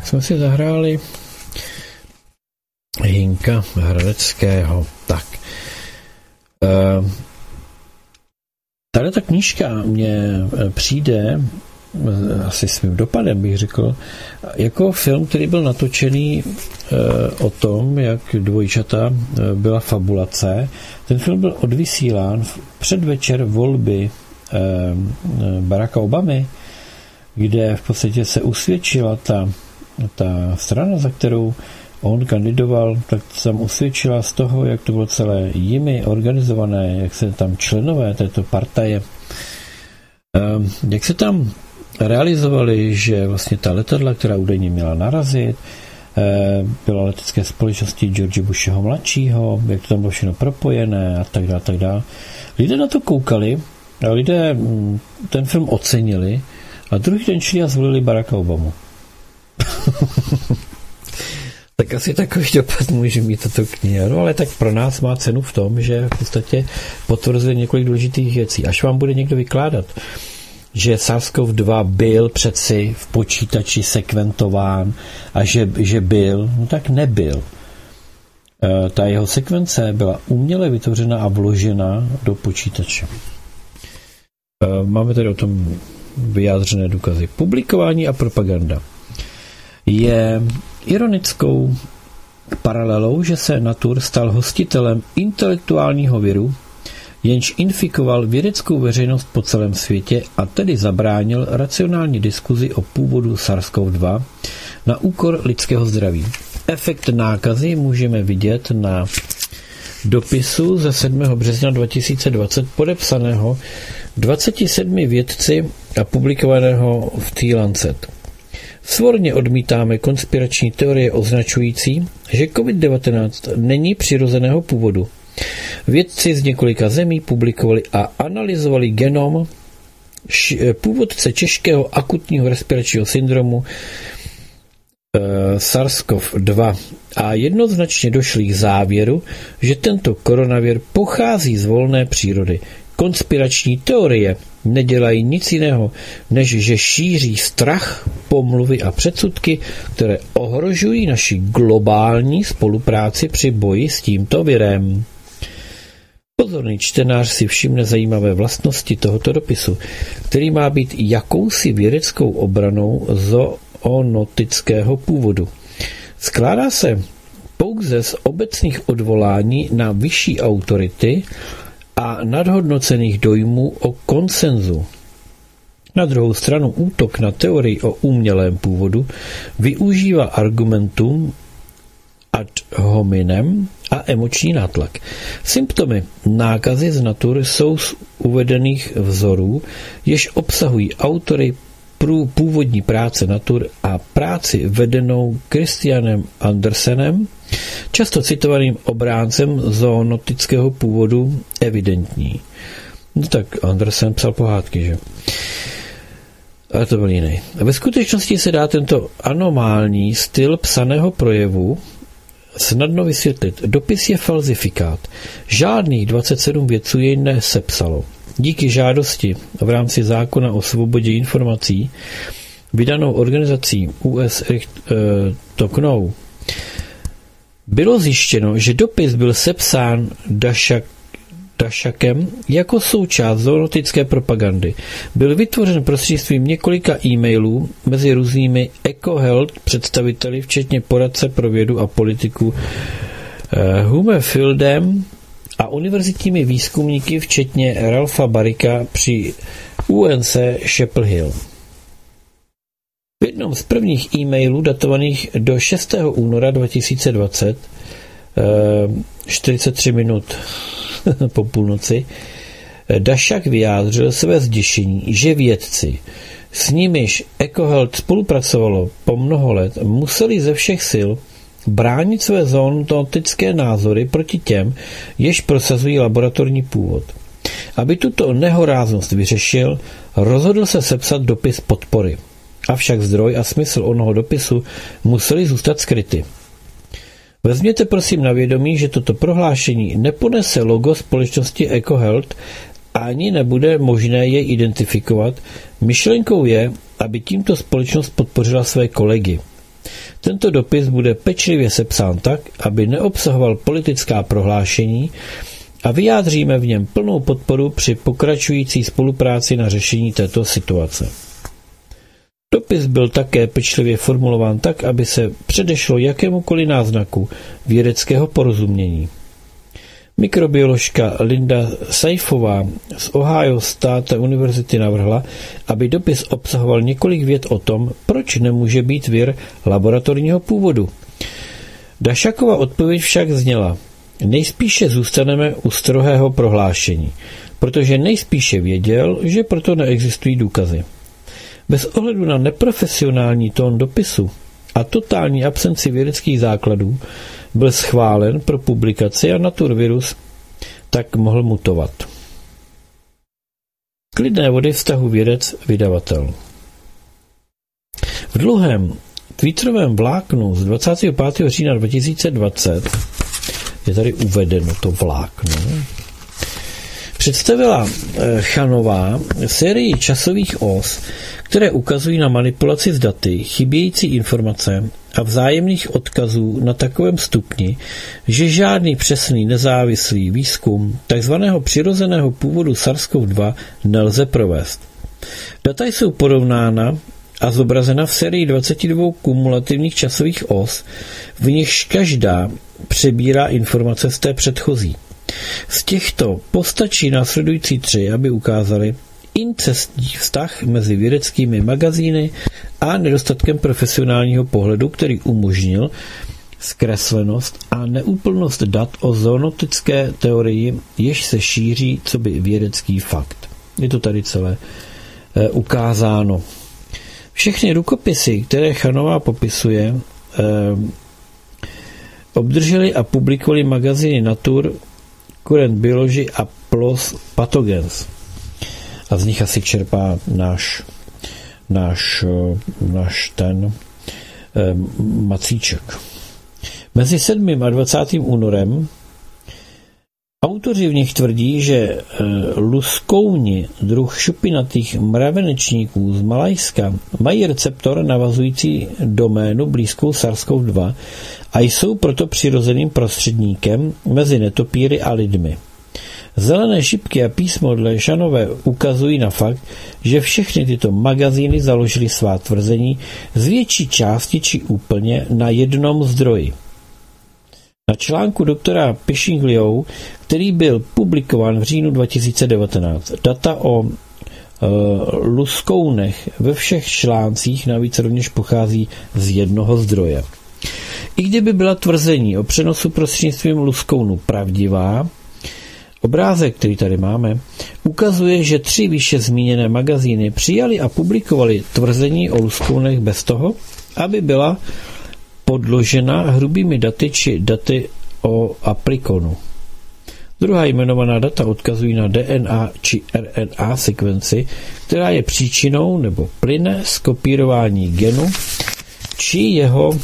jsme si zahráli Hinka Hradeckého. Tak. Tady ta knížka mně přijde asi svým dopadem, bych řekl, jako film, který byl natočený o tom, jak dvojčata byla fabulace. Ten film byl odvysílán v předvečer volby Baracka Obamy, kde v podstatě se usvědčila ta strana, za kterou on kandidoval, tak tam usvědčila z toho, jak to bylo celé jimi organizované, jak se tam členové této partaje, jak se tam realizovali, že vlastně ta letadla, která údajně měla narazit, byla letecké společnosti George Busheho mladšího, jak to tam bylo všechno propojené a tak dále, tak dále. Lidé na to koukali a lidé ten film ocenili a druhý den šli a zvolili Baracka Obamu. Tak asi takový dopad může mít tato kniha. No ale tak pro nás má cenu v tom, že v podstatě potvrzuje několik důležitých věcí. Až vám bude někdo vykládat, že SARS-CoV-2 byl přeci v počítači sekventován a že byl, no tak nebyl. Ta jeho sekvence byla uměle vytvořena a vložena do počítače. Máme tady o tom vyjádřené důkazy. Publikování a propaganda je ironickou paralelou, že se Natur stal hostitelem intelektuálního viru, jenž infikoval vědeckou veřejnost po celém světě a tedy zabránil racionální diskuzi o původu SARS-CoV-2 na úkor lidského zdraví. Efekt nákazy můžeme vidět na dopisu ze 7. března 2020 podepsaného 27 vědci a publikovaného v The Lancet. Svorně odmítáme konspirační teorie označující, že COVID-19 není přirozeného původu. Vědci z několika zemí publikovali a analyzovali genom původce těžkého akutního respiračního syndromu SARS-CoV-2 a jednoznačně došli k závěru, že tento koronavir pochází z volné přírody. Konspirační teorie nedělají nic jiného, než že šíří strach, pomluvy a předsudky, které ohrožují naši globální spolupráci při boji s tímto virem. Pozorný čtenář si všimne zajímavé vlastnosti tohoto dopisu, který má být jakousi vědeckou obranou zoonotického původu. Skládá se pouze z obecných odvolání na vyšší autority a nadhodnocených dojmů o konsenzu. Na druhou stranu útok na teorii o umělém původu využívá argumentum ad hominem a emoční nátlak. Symptomy nákazy z Natur jsou z uvedených vzorů, jež obsahují autory původní práce Natur a práci vedenou Christianem Andersenem, často citovaným obráncem zoonotického původu, evidentní. No tak Andersen psal pohádky, že? Ale to byl jiný. Ve skutečnosti se dá tento anomální styl psaného projevu snadno vysvětlit. Dopis je falzifikát. Žádných 27 vědců jej nesepsalo. Díky žádosti v rámci zákona o svobodě informací vydanou organizací US to Know bylo zjištěno, že dopis byl sepsán Dashakem jako součást zoonotické propagandy. Byl vytvořen prostřednictvím několika e-mailů mezi různými EcoHealth představiteli, včetně poradce pro vědu a politiku Humefieldem a univerzitními výzkumníky, včetně Ralpha Barricka při UNC Chapel Hill. V jednom z prvních e-mailů datovaných do 6. února 2020, 43 minut po půlnoci, Daszak vyjádřil své zděšení, že vědci, s nimiž EcoHealth spolupracovalo po mnoho let, museli ze všech sil bránit své zoonotické názory proti těm, jež prosazují laboratorní původ. Aby tuto nehoráznost vyřešil, rozhodl se sepsat dopis podpory. Avšak zdroj a smysl onoho dopisu museli zůstat skryty. Vezměte prosím na vědomí, že toto prohlášení neponese logo společnosti EcoHealth ani nebude možné jej identifikovat. Myšlenkou je, aby tímto společnost podpořila své kolegy. Tento dopis bude pečlivě sepsán tak, aby neobsahoval politická prohlášení a vyjádříme v něm plnou podporu při pokračující spolupráci na řešení této situace. Dopis byl také pečlivě formulován tak, aby se předešlo jakémukoliv náznaku vědeckého porozumění. Mikrobioložka Linda Seifová z Ohio State University navrhla, aby dopis obsahoval několik vět o tom, proč nemůže být vir laboratorního původu. Dašakova odpověď však zněla: nejspíše zůstaneme u strohého prohlášení, protože nejspíše věděl, že proto neexistují důkazy. Bez ohledu na neprofesionální tón dopisu a totální absenci vědeckých základů byl schválen pro publikaci a Naturvirus tak mohl mutovat. Klidné vody vztahu vědec-vydavatel. V dlouhém twitterovém vláknu z 25. října 2020 je tady uvedeno to vlákno. Představila Chanová sérii časových os, které ukazují na manipulaci s daty, chybějící informace a vzájemných odkazů na takovém stupni, že žádný přesný nezávislý výzkum takzvaného přirozeného původu SARS-CoV-2 nelze provést. Data jsou porovnána a zobrazena v sérii 22 kumulativních časových os, v nichž každá přebírá informace z té předchozí. Z těchto postačí následující 3, aby ukázali incestní vztah mezi vědeckými magazíny a nedostatkem profesionálního pohledu, který umožnil zkreslenost a neúplnost dat o zoonotické teorii, jež se šíří coby vědecký fakt. Je to tady celé ukázáno. Všechny rukopisy, které Chanová popisuje, obdrželi a publikovali magazíny Nature, Current Biology a PLOS Pathogens. A z nich asi čerpá náš ten macíček. Mezi 7. a 20. únorem autoři v nich tvrdí, že luskouni, druh šupinatých mravenečníků z Malajska, mají receptor navazující doménu blízkou SARS-CoV-2 a jsou proto přirozeným prostředníkem mezi netopíry a lidmi. Zelené šipky a písmo dle Šanové ukazují na fakt, že všechny tyto magazíny založily svá tvrzení z větší části či úplně na jednom zdroji. Na článku doktora Pishingliou, který byl publikován v říjnu 2019, data o luskounech ve všech článcích navíc rovněž pochází z jednoho zdroje. I kdyby byla tvrzení o přenosu prostřednictvím luskounu pravdivá, obrázek, který tady máme, ukazuje, že 3 výše zmíněné magazíny přijali a publikovali tvrzení o luskounech bez toho, aby byla podložena hrubými daty či daty o aplikonu. Druhá jmenovaná data odkazují na DNA či RNA sekvenci, která je příčinou nebo plyne z kopírování genu či jeho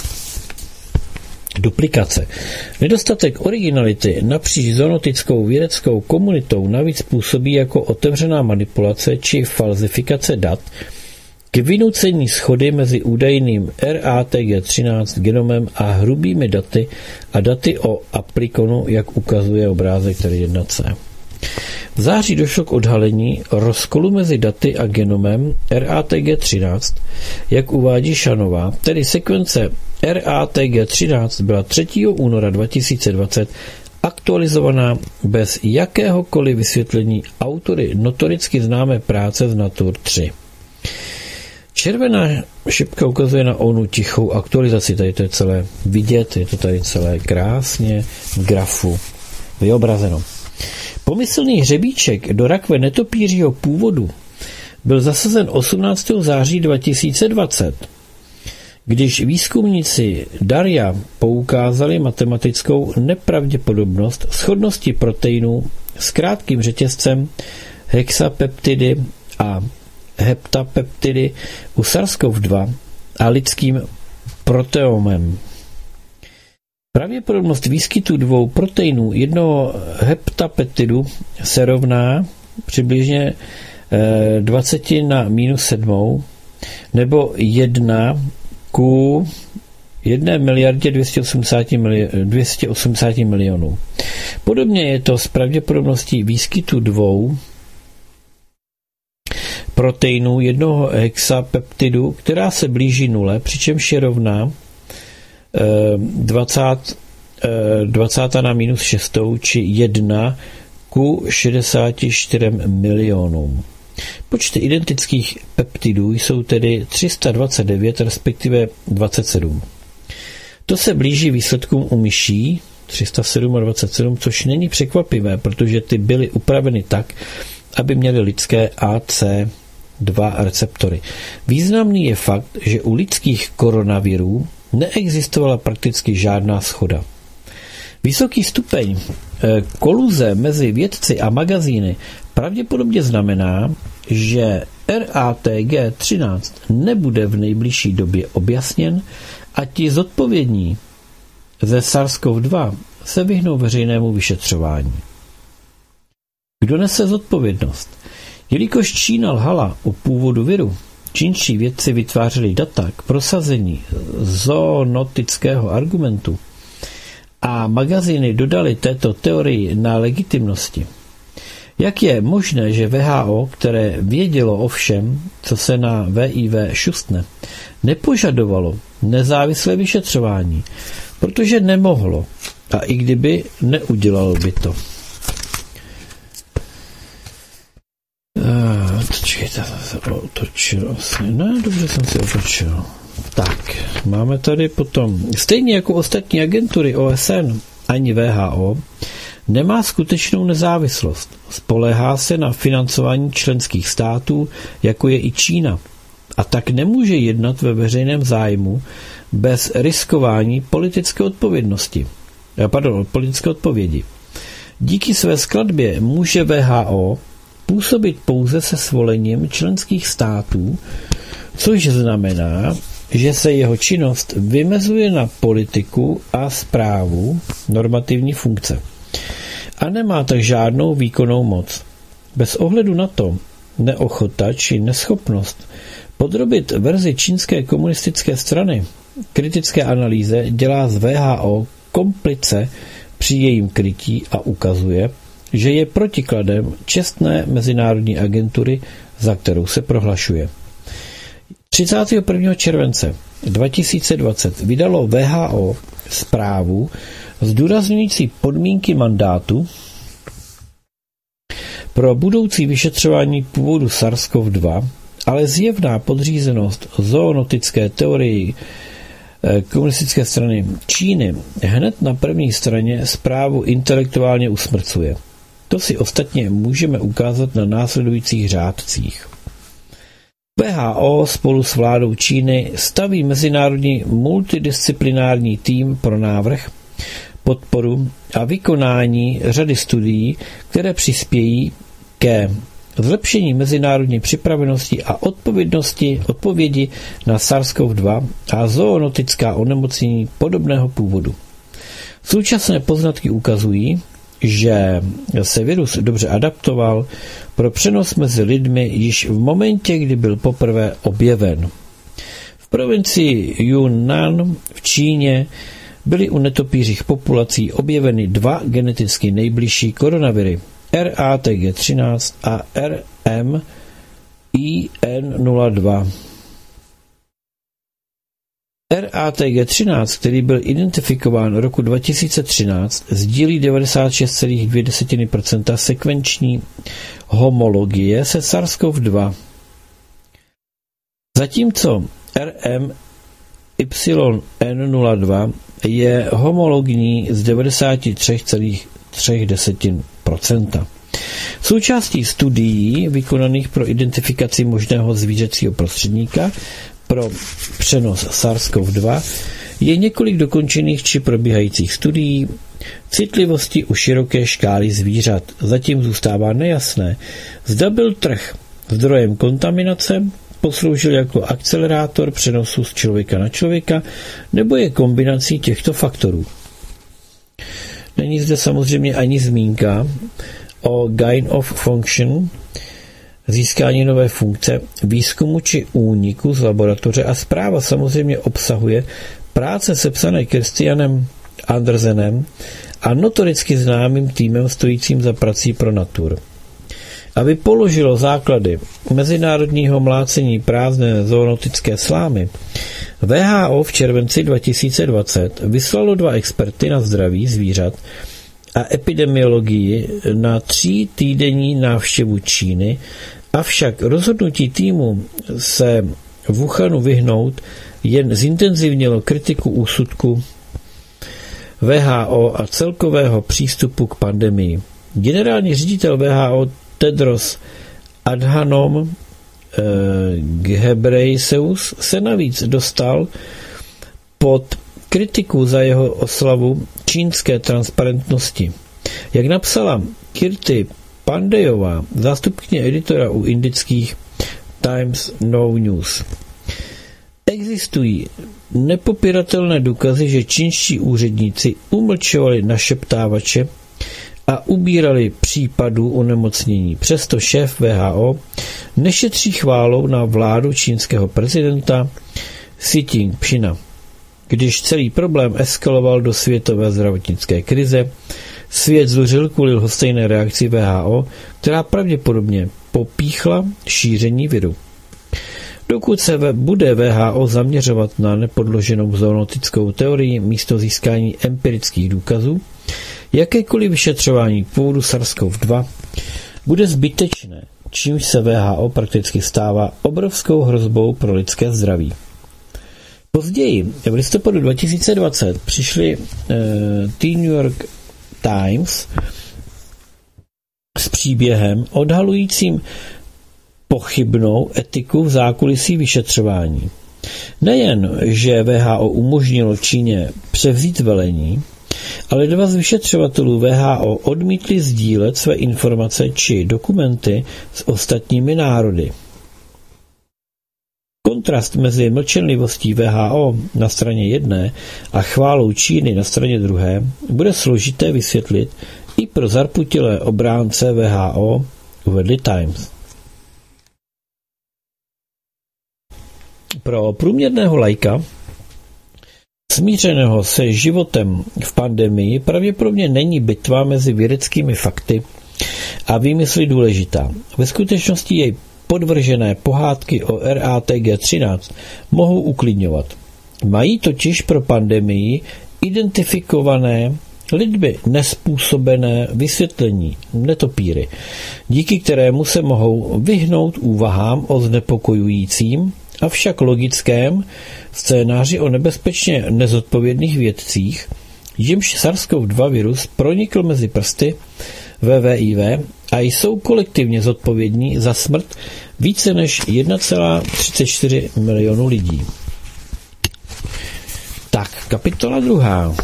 duplikace. Nedostatek originality napříč zoonotickou vědeckou komunitou navíc působí jako otevřená manipulace či falzifikace dat k vynucení shody mezi údajným RATG13 genomem a hrubými daty a daty o aplikonu, jak ukazuje obrázek tady 1C. V září došlo k odhalení rozkolu mezi daty a genomem RATG13, jak uvádí Šanová, tedy sekvence RATG13 byla 3. února 2020 aktualizovaná bez jakéhokoliv vysvětlení autory notoricky známé práce z Nature 3. Červená šipka ukazuje na onu tichou aktualizaci, tady to je celé vidět, je to tady celé krásně v grafu vyobrazeno. Pomyslný hřebíček do rakve netopířího původu byl zasazen 18. září 2020, když výzkumníci Daria poukázali matematickou nepravděpodobnost shodnosti proteinů s krátkým řetězcem hexapeptidy a heptapeptidy u SARS-CoV-2 a lidským proteomem. Pravděpodobnost výskytu 2 proteinů jednoho heptapeptidu se rovná přibližně 20 na -7 nebo 1 ku 1 miliardě 280 milionů. Podobně je to s pravděpodobností výskytu 2 proteinů jednoho hexapeptidu, která se blíží 0, přičemž je rovná 20 na minus 6, či 1 ku 64 milionům. Počty identických peptidů jsou tedy 329, respektive 27. To se blíží výsledkům u myší 307 a 27, což není překvapivé, protože ty byly upraveny tak, aby měly lidské AC2 receptory. Významný je fakt, že u lidských koronavirů neexistovala prakticky žádná shoda. Vysoký stupeň koluze mezi vědci a magazíny pravděpodobně znamená, že RATG13 nebude v nejbližší době objasněn a ti zodpovědní ze SARS-CoV-2 se vyhnou veřejnému vyšetřování. Kdo nese zodpovědnost? Jelikož Čína lhala o původu viru, čínští vědci vytvářeli data k prosazení zoonotického argumentu a magazíny dodaly této teorii na legitimnosti. Jak je možné, že WHO, které vědělo o všem, co se na VIV šustne, nepožadovalo nezávislé vyšetřování, protože nemohlo a i kdyby, neudělalo by to. Počkejte, jsem se otočil asi. Ne, dobře jsem si otočil. Tak, máme tady potom, stejně jako ostatní agentury OSN, ani WHO, nemá skutečnou nezávislost. Spoléhá se na financování členských států, jako je i Čína. A tak nemůže jednat ve veřejném zájmu bez riskování politické odpovědi. Díky své skladbě může WHO působit pouze se svolením členských států, což znamená, že se jeho činnost vymezuje na politiku a správu normativní funkce. A nemá tak žádnou výkonnou moc. Bez ohledu na to, neochota či neschopnost podrobit verzi čínské komunistické strany kritické analýze dělá z WHO komplice při jejím krytí a ukazuje, že je protikladem čestné mezinárodní agentury, za kterou se prohlašuje. 31. července 2020 vydalo WHO zprávu zdůrazňující podmínky mandátu pro budoucí vyšetřování původu SARS-CoV-2, ale zjevná podřízenost zoonotické teorii komunistické strany Číny hned na první straně zprávu intelektuálně usmrcuje. To si ostatně můžeme ukázat na následujících řádcích. WHO spolu s vládou Číny staví mezinárodní multidisciplinární tým pro návrh, podporu a vykonání řady studií, které přispějí ke zlepšení mezinárodní připravenosti a odpovědi na SARS-CoV-2 a zoonotická onemocnění podobného původu. Současné poznatky ukazují, že se virus dobře adaptoval pro přenos mezi lidmi již v momentě, kdy byl poprvé objeven. V provincii Yunnan v Číně byly u netopířích populací objeveny 2 geneticky nejbližší koronaviry RATG13 a RMIN02. RATG13, který byl identifikován roku 2013, sdílí 96,2% sekvenční homologie se SARS-CoV-2. Zatímco RMYN02 je homologní z 93,3%. Součástí studií vykonaných pro identifikaci možného zvířecího prostředníka pro přenos SARS-CoV-2 je několik dokončených či probíhajících studií citlivosti u široké škály zvířat. Zatím zůstává nejasné, zda byl trh zdrojem kontaminace, posloužil jako akcelerátor přenosu z člověka na člověka, nebo je kombinací těchto faktorů. Není zde samozřejmě ani zmínka o gain of function, získání nové funkce, výzkumu či úniku z laboratoře a zpráva samozřejmě obsahuje práce sepsané Christianem Andersenem a notoricky známým týmem stojícím za prací pro Natur. Aby položilo základy mezinárodního mlácení prázdné zoonotické slámy, WHO v červenci 2020 vyslalo 2 experty na zdraví zvířat a epidemiologii na 3týdenní návštěvu Číny, avšak rozhodnutí týmu se Wuhanu vyhnout jen zintenzivnilo kritiku úsudku WHO a celkového přístupu k pandemii. Generální ředitel WHO Tedros Adhanom Ghebreyesus se navíc dostal pod kritiku za jeho oslavu čínské transparentnosti. Jak napsala Kirti Pandeyová, zástupkyně editora u indických Times No News. Existují nepopiratelné důkazy, že čínští úředníci umlčovali našeptávače a ubírali případů onemocnění. Přesto šéf WHO nešetří chválou na vládu čínského prezidenta Xi Jinpinga. Když celý problém eskaloval do světové zdravotnické krize, svět zuřil kvůli lhostejné reakci WHO, která pravděpodobně popíchla šíření viru. Dokud se bude WHO zaměřovat na nepodloženou zoonotickou teorii místo získání empirických důkazů, jakékoliv vyšetřování původu SARS-CoV-2 bude zbytečné, čímž se WHO prakticky stává obrovskou hrozbou pro lidské zdraví. Později, v listopadu 2020, přišli The New York Times s příběhem odhalujícím pochybnou etiku v zákulisí vyšetřování. Nejen, že WHO umožnilo Číně převzít velení, ale 2 z vyšetřovatelů WHO odmítli sdílet své informace či dokumenty s ostatními národy. Kontrast mezi mlčenlivostí WHO na straně jedné a chválou Číny na straně druhé bude složité vysvětlit i pro zarputilé obránce WHO, uvedli Times. Pro průměrného laika, smířeného se životem v pandemii, pravděpodobně není bitva mezi vědeckými fakty a výmysly důležitá. Ve skutečnosti jej podvržené pohádky o RATG13 mohou uklidňovat. Mají totiž pro pandemii identifikované lidmi nespůsobené vysvětlení, netopíry, díky kterému se mohou vyhnout úvahám o znepokojujícím, avšak logickém scénáři o nebezpečně nezodpovědných vědcích, jimž SARS-CoV-2 virus pronikl mezi prsty VVIV a jsou kolektivně zodpovědní za smrt více než 1,34 milionu lidí. Tak, kapitola 2.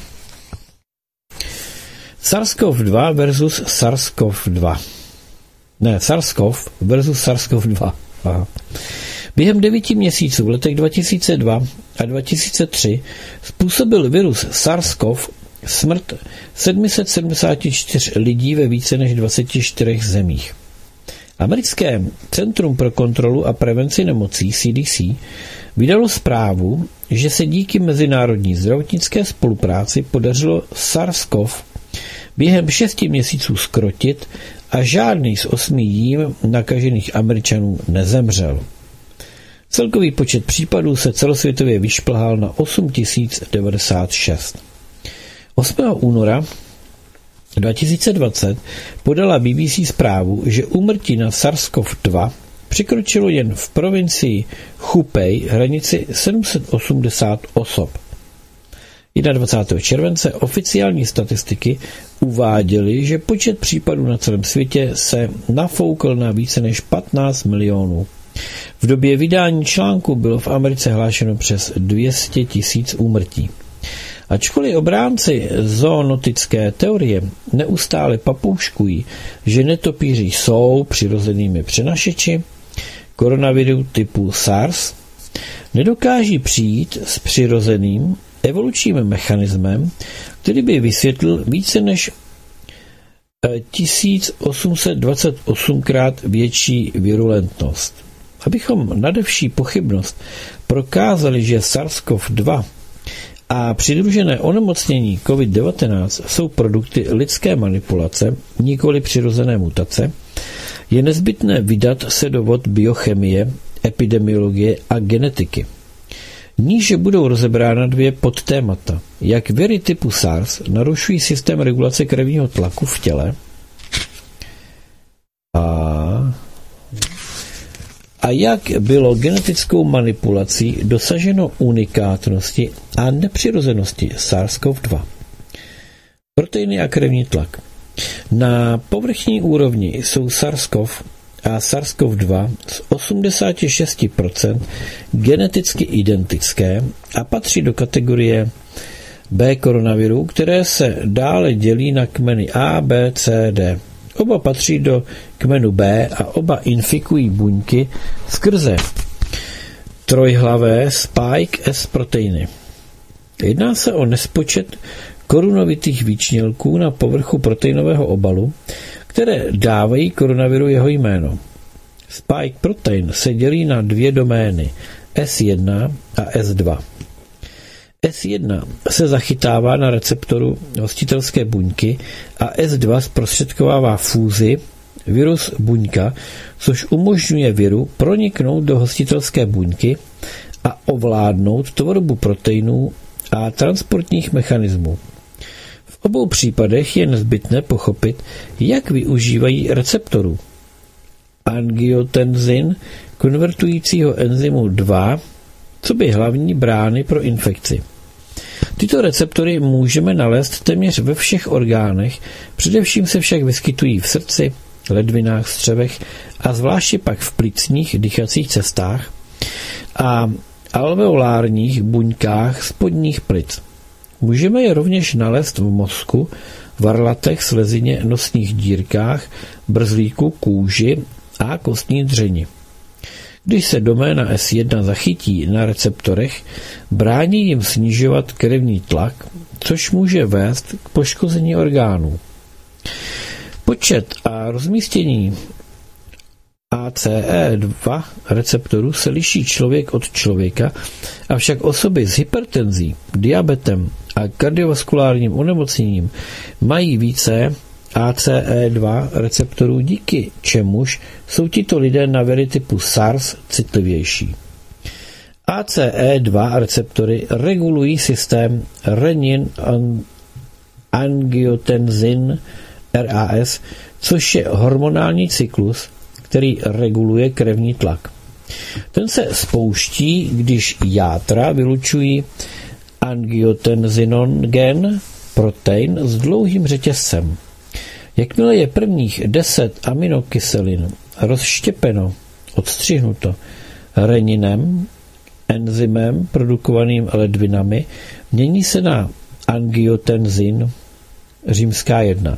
SARS-CoV-2 versus SARS-CoV-2. Ne, SARS-CoV versus SARS-CoV-2. Aha. Během 9 měsíců v letech 2002 a 2003 způsobil virus SARS-CoV smrt 774 lidí ve více než 24 zemích. Americké Centrum pro kontrolu a prevenci nemocí CDC vydalo zprávu, že se díky mezinárodní zdravotnické spolupráci podařilo SARS-CoV během 6 měsíců zkrotit a žádný z 8 jím nakažených Američanů nezemřel. Celkový počet případů se celosvětově vyšplhal na 8096. 8. února 2020 podala BBC zprávu, že úmrtí na SARS-CoV-2 překročilo jen v provincii Hubei hranici 780 osob. 21. července oficiální statistiky uváděly, že počet případů na celém světě se nafoukl na více než 15 milionů. V době vydání článku bylo v Americe hlášeno přes 200 000 úmrtí. Ačkoliv obránci zoonotické teorie neustále papouškují, že netopíři jsou přirozenými přenašeči koronaviru typu SARS, nedokáží přijít s přirozeným evolučním mechanismem, který by vysvětlil více než 1828krát větší virulentnost. Abychom nade vší pochybnost prokázali, že SARS-CoV-2 a přidružené onemocnění COVID-19 jsou produkty lidské manipulace, nikoli přirozené mutace, je nezbytné vydat se do vod biochemie, epidemiologie a genetiky. Níže budou rozebrána 2 podtémata. Jak viry typu SARS narušují systém regulace krevního tlaku v těle a jak bylo genetickou manipulací dosaženo unikátnosti a nepřirozenosti SARS-CoV-2. Proteiny a krevní tlak. Na povrchní úrovni jsou SARS-CoV a SARS-CoV-2 z 86% geneticky identické a patří do kategorie B koronavirů, které se dále dělí na kmeny A, B, C, D. Oba patří do kmenu B a oba infikují buňky skrze trojhlavé spike S proteiny. Jedná se o nespočet korunovitých výčnělků na povrchu proteinového obalu, které dávají koronaviru jeho jméno. Spike protein se dělí na 2 domény S1 a S2. S1 se zachytává na receptoru hostitelské buňky a S2 zprostředkovává fúzi virus-buňka, což umožňuje viru proniknout do hostitelské buňky a ovládnout tvorbu proteinů a transportních mechanismů. V obou případech je nezbytné pochopit, jak využívají receptorů. Angiotenzin konvertujícího enzymu 2, co by hlavní brány pro infekci. Tyto receptory můžeme nalézt téměř ve všech orgánech, především se však vyskytují v srdci, ledvinách, střevech a zvláště pak v plicních dýchacích cestách a alveolárních buňkách spodních plic. Můžeme je rovněž nalézt v mozku, varlatech, slezině, nosních dírkách, brzlíku, kůži a kostní dřeni. Když se doména S1 zachytí na receptorech, brání jim snižovat krevní tlak, což může vést k poškození orgánů. Počet a rozmístění ACE2 receptorů se liší člověk od člověka, avšak osoby s hypertenzí, diabetem a kardiovaskulárním onemocněním mají více ACE2 receptorů, díky čemuž jsou tito lidé na viry typu SARS citlivější. ACE2 receptory regulují systém renin-angiotenzin RAS, což je hormonální cyklus, který reguluje krevní tlak. Ten se spouští, když játra vylučují angiotenzinogen protein s dlouhým řetězcem. Jakmile je prvních 10 aminokyselin rozštěpeno, odstřihnuto reninem, enzymem produkovaným ledvinami, mění se na angiotenzin římská 1.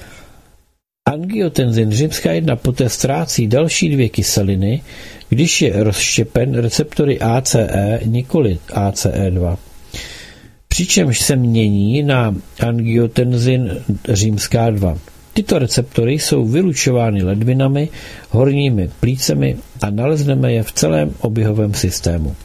Angiotenzin římská 1 poté ztrácí další 2 kyseliny, když je rozštěpen receptory ACE, nikoli ACE2. Přičemž se mění na angiotenzin římská 2. Tyto receptory jsou vylučovány ledvinami, horními plícemi a nalezneme je v celém oběhovém systému.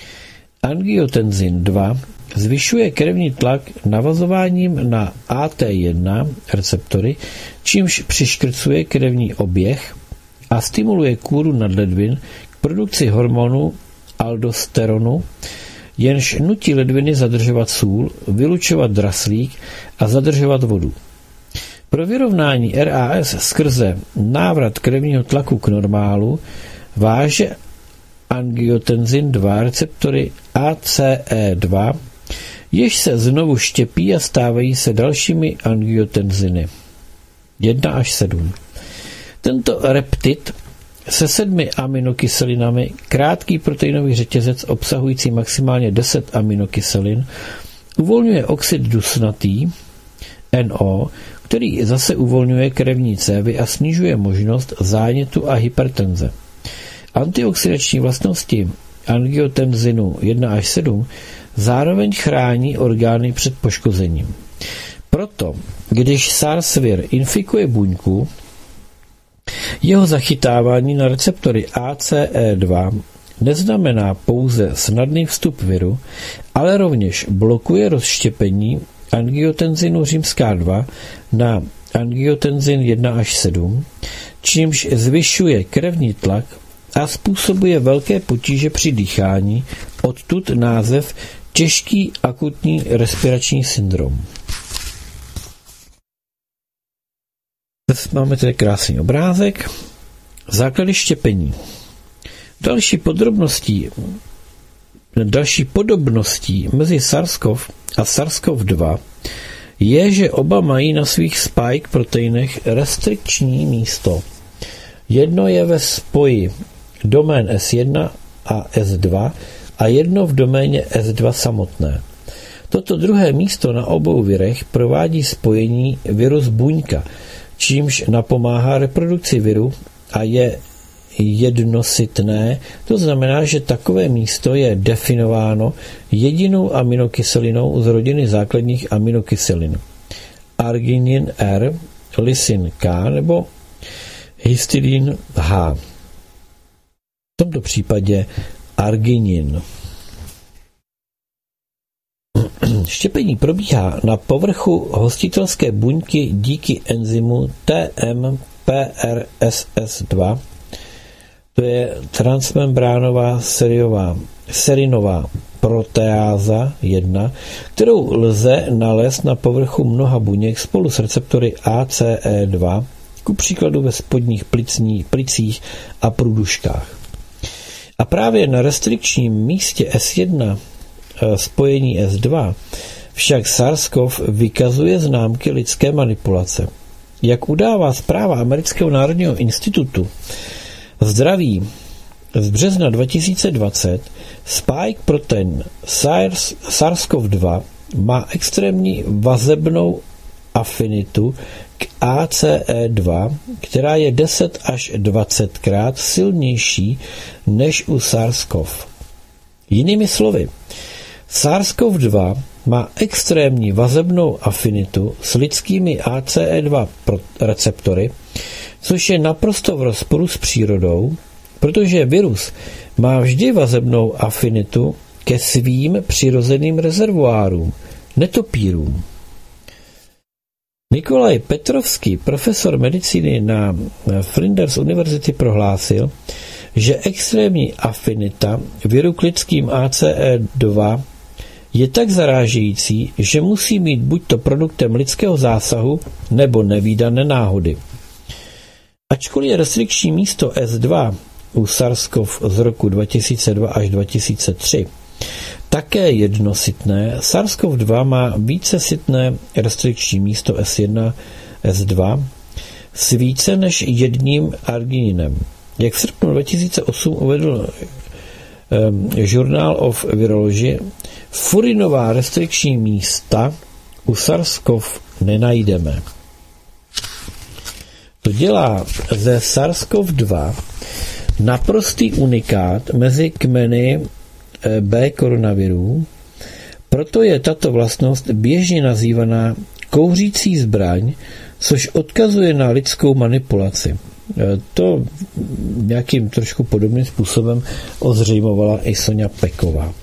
Angiotenzin 2 zvyšuje krevní tlak navazováním na AT1 receptory, čímž přiškrcuje krevní oběh a stimuluje kůru nadledvin k produkci hormonu aldosteronu, jenž nutí ledviny zadržovat sůl, vylučovat draslík a zadržovat vodu. Pro vyrovnání RAS skrze návrat krevního tlaku k normálu váže angiotenzin 2 receptory ACE2, jež se znovu štěpí a stávají se dalšími angiotenziny 1 až 7. Tento reptid se 7 aminokyselinami, krátký proteinový řetězec obsahující maximálně 10 aminokyselin, uvolňuje oxid dusnatý NO, který zase uvolňuje krevní cévy a snižuje možnost zánětu a hypertenze. Antioxidační vlastnosti angiotenzinu 1 až 7 zároveň chrání orgány před poškozením. Proto, když SARS vir infikuje buňku, jeho zachytávání na receptory ACE2 neznamená pouze snadný vstup viru, ale rovněž blokuje rozštěpení angiotenzinu římská 2 na angiotenzin 1 až 7, čímž zvyšuje krevní tlak a způsobuje velké potíže při dýchání, odtud název těžký akutní respirační syndrom. Máme tady krásný obrázek. Základy štěpení. Další podobností mezi SARS-CoV a SARS-CoV-2 je, že oba mají na svých spike proteinech restrikční místo. Jedno je ve spoji domén S1 a S2 a jedno v doméně S2 samotné. Toto druhé místo na obou virech provádí spojení virus buňka, čímž napomáhá reprodukci viru a je jednosytné, to znamená, že takové místo je definováno jedinou aminokyselinou z rodiny základních aminokyselin. Arginin R, lysin K nebo histidin H. V tomto případě arginin. Štěpení probíhá na povrchu hostitelské buňky díky enzymu TMPRSS2, to je transmembránová serinová proteáza 1, kterou lze nalézt na povrchu mnoha buněk spolu s receptory ACE2, ku příkladu ve spodních plicích a průduškách. A právě na restrikčním místě S1 spojení S2 však SARS-CoV vykazuje známky lidské manipulace. Jak udává zpráva Amerického národního institutu zdraví z března 2020, spike protein SARS-CoV-2 má extrémní vazebnou afinitu k ACE2, která je 10 až 20 krát silnější než u SARS-CoV. Jinými slovy, SARS-CoV-2 má extrémní vazebnou afinitu s lidskými ACE2 receptory, což je naprosto v rozporu s přírodou, protože virus má vždy vazebnou afinitu ke svým přirozeným rezervoárům, netopírům. Nikolaj Petrovský, profesor medicíny na Flinders University, prohlásil, že extrémní afinita viru k lidským ACE2 je tak zarážející, že musí být buďto produktem lidského zásahu nebo nevídané náhody. Ačkoliv je restrikční místo S2 u SARS-CoV z roku 2002 až 2003 také jednosytné, SARS-CoV-2 má vícesytné restrikční místo S1, S2 s více než jedním argininem. Jak v srpnu 2008 uvedl Journal of Virology, furinová restrikční místa u SARS-CoV nenajdeme. To dělá ze SARS-CoV-2 naprostý unikát mezi kmeny B koronavirů, proto je tato vlastnost běžně nazývaná kouřící zbraň, což odkazuje na lidskou manipulaci. To nějakým trošku podobným způsobem ozřejmovala i Sonja Peková.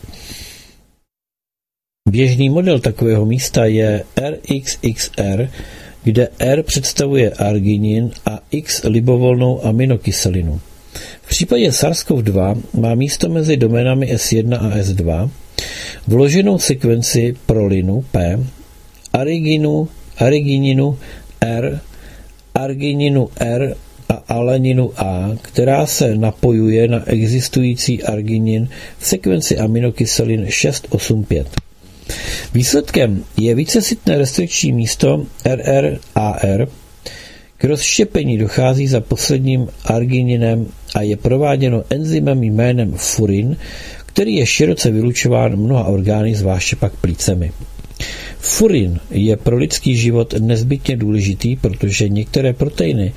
Běžný model takového místa je RXXR, kde R představuje arginin a X libovolnou aminokyselinu. V případě SARS-CoV-2 má místo mezi doménami S1 a S2 vloženou sekvenci prolinu P, argininu R, argininu R a alaninu A, která se napojuje na existující arginin v sekvenci aminokyselin 685. Výsledkem je vícesytné restrikční místo RRAR. K rozštěpení dochází za posledním argininem a je prováděno enzymem jménem furin, který je široce vylučován mnoha orgány, zvláště pak plícemi. Furin je pro lidský život nezbytně důležitý, protože některé proteiny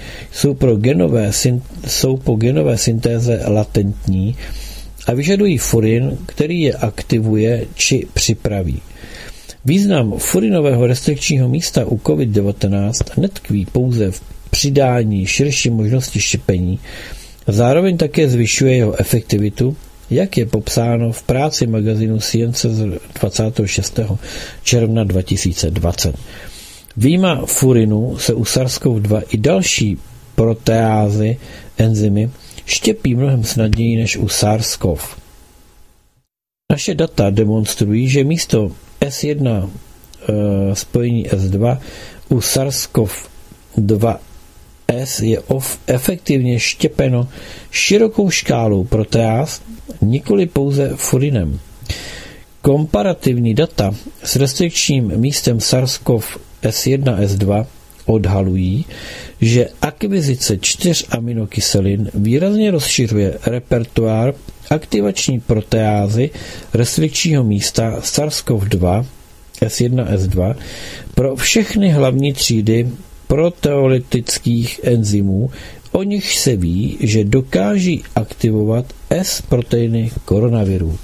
jsou po genové syntéze latentní a vyžadují furin, který je aktivuje či připraví. Význam furinového restrikčního místa u COVID-19 netkví pouze v přidání širší možnosti štěpení, zároveň také zvyšuje jeho efektivitu, jak je popsáno v práci magazínu Science z 26. června 2020. Vyjma furinu se u SARS-CoV-2 i další proteázy, enzymy, štěpí mnohem snadněji než u SARS-CoV. Naše data demonstrují, že místo S1 spojení S2 u SARS-CoV-2 S je efektivně štěpeno širokou škálou proteáz, nikoli pouze furinem. Komparativní data s restrikčním místem SARS-CoV S1 S2 odhalují, že akvizice 4 aminokyselin výrazně rozšiřuje repertoár aktivační proteázy restrikčního místa SARS-CoV-2 S1 S2 pro všechny hlavní třídy proteolytických enzymů, o nich se ví, že dokáží aktivovat S-proteiny koronavirů.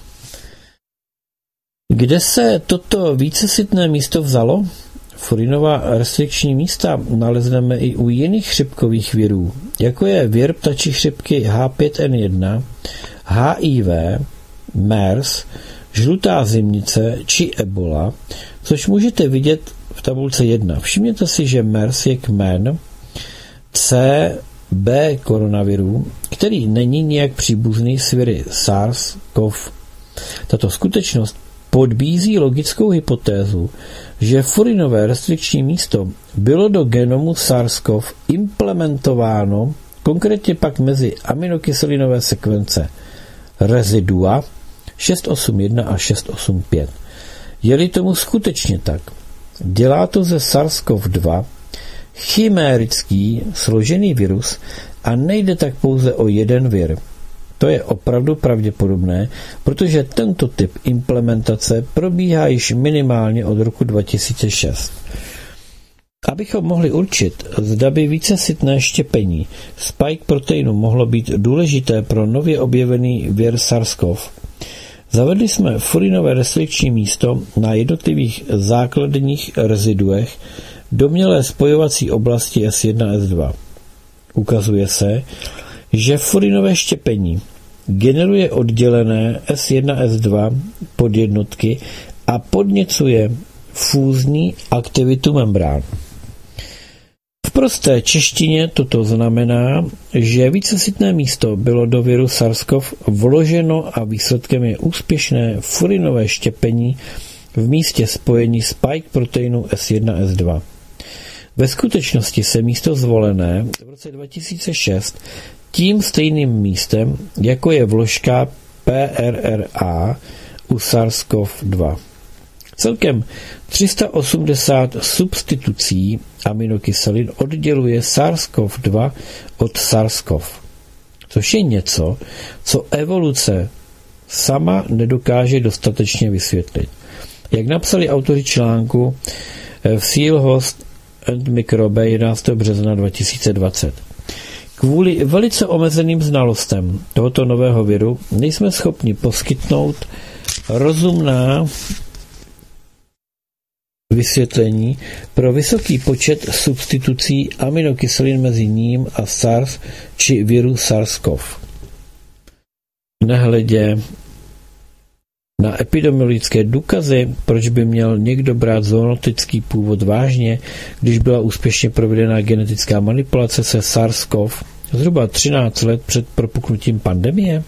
Kde se toto vícesytné místo vzalo? Furinová restrikční místa nalezneme i u jiných chřipkových virů, jako je vir ptačí chřipky H5N1, HIV, MERS, žlutá zimnice či Ebola, což můžete vidět v tabulce 1. Všimněte si, že MERS je kmen C-B koronavirů, který není nijak příbuzný s viry SARS-CoV. Tato skutečnost podbízí logickou hypotézu, že furinové restrikční místo bylo do genomu SARS-CoV implementováno, konkrétně pak mezi aminokyselinové sekvence rezidua 681 a 685. Je-li tomu skutečně tak, dělá to ze SARS-CoV-2 chimérický složený virus a nejde tak pouze o jeden vir. To je opravdu pravděpodobné, protože tento typ implementace probíhá již minimálně od roku 2006. Abychom mohli určit, zda by vícesytné štěpení spike proteinu mohlo být důležité pro nově objevený vir SARS-CoV, zavedli jsme furinové restrikční místo na jednotlivých základních reziduech domnělé spojovací oblasti S1 S2. Ukazuje se, že furinové štěpení generuje oddělené S1 S2 podjednotky a podněcuje fúzní aktivitu membrán. V prosté češtině toto znamená, že vícesytné místo bylo do viru SARS-CoV vloženo a výsledkem je úspěšné furinové štěpení v místě spojení spike proteinu S1 S2. Ve skutečnosti se místo zvolené v roce 2006 tím stejným místem, jako je vložka PRRA u SARS-CoV-2. Celkem 380 substitucí aminokyselin odděluje SARS-CoV-2 od SARS-CoV, což je něco, co evoluce sama nedokáže dostatečně vysvětlit. Jak napsali autoři článku v Cell Host and Microbe 11. března 2020. Kvůli velice omezeným znalostem tohoto nového viru nejsme schopni poskytnout rozumná vysvětlení pro vysoký počet substitucí aminokyselin mezi ním a SARS či viru SARS-CoV. Nehledě na epidemiologické důkazy, proč by měl někdo brát zoonotický původ vážně, když byla úspěšně provedena genetická manipulace se SARS-CoV zhruba 13 let před propuknutím pandemie?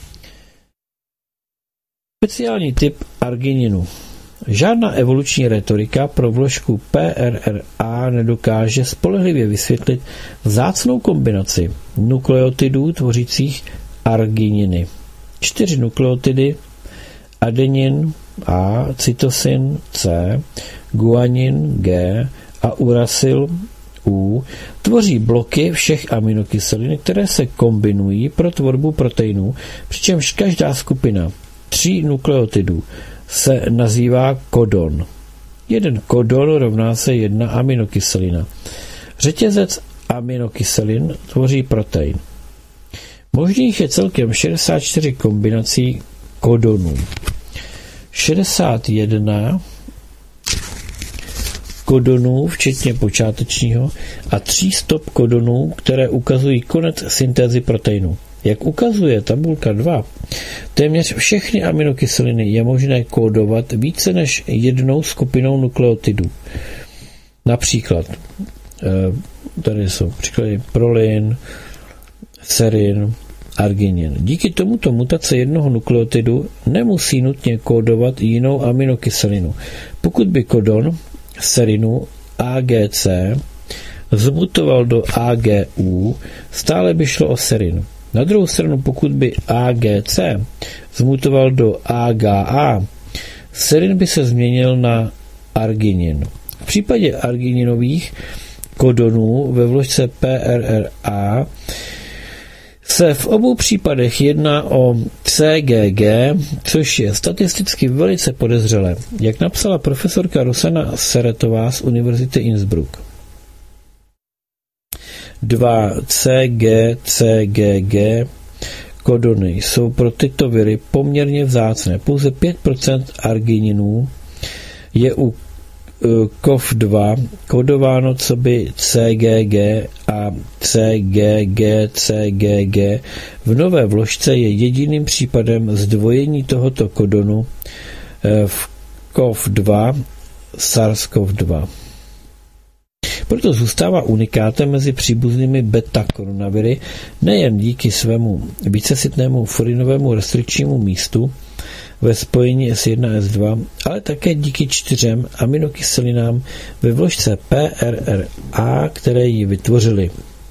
Speciální typ argininu. Žádná evoluční retorika pro vložku PRRA nedokáže spolehlivě vysvětlit vzácnou kombinaci nukleotidů tvořících argininy. 4 nukleotidy adenin A, cytosin C, guanin G a urasil U tvoří bloky všech aminokyselin, které se kombinují pro tvorbu proteinů, přičemž každá skupina 3 nukleotidů se nazývá kodon. Jeden kodon rovná se 1 aminokyselina. Řetězec aminokyselin tvoří protein. Možných je celkem 64 kombinací kodonů. 61 kodonů, včetně počátečního, a 3 stop kodonů, které ukazují konec syntézy proteinu. Jak ukazuje tabulka 2, téměř všechny aminokyseliny je možné kódovat více než jednou skupinou nukleotidů. Například, tady jsou příklady prolin, serin, arginin. Díky tomuto mutace jednoho nukleotidu nemusí nutně kódovat jinou aminokyselinu. Pokud by kodon serinu AGC zmutoval do AGU, stále by šlo o serin. Na druhou stranu, pokud by AGC zmutoval do AGA, serin by se změnil na arginin. V případě argininových kodonů ve vložce PRRA se v obou případech jedná o CGG, což je statisticky velice podezřelé, jak napsala profesorka Rosana Seretová z Univerzity Innsbruck. 2 CGCGG kodony jsou pro tyto viry poměrně vzácné. Pouze 5% argininů je u COV2 kodováno coby CGG a CGG v nové vložce je jediným případem zdvojení tohoto kodonu v COV2 SARS-CoV-2. Proto zůstává unikátem mezi příbuznými beta koronaviry nejen díky svému vícesytnému furinovému restrikčnímu místu ve spojení S1-S2, ale také díky 4 aminokyselinám ve vložce PRRA, které ji vytvořily.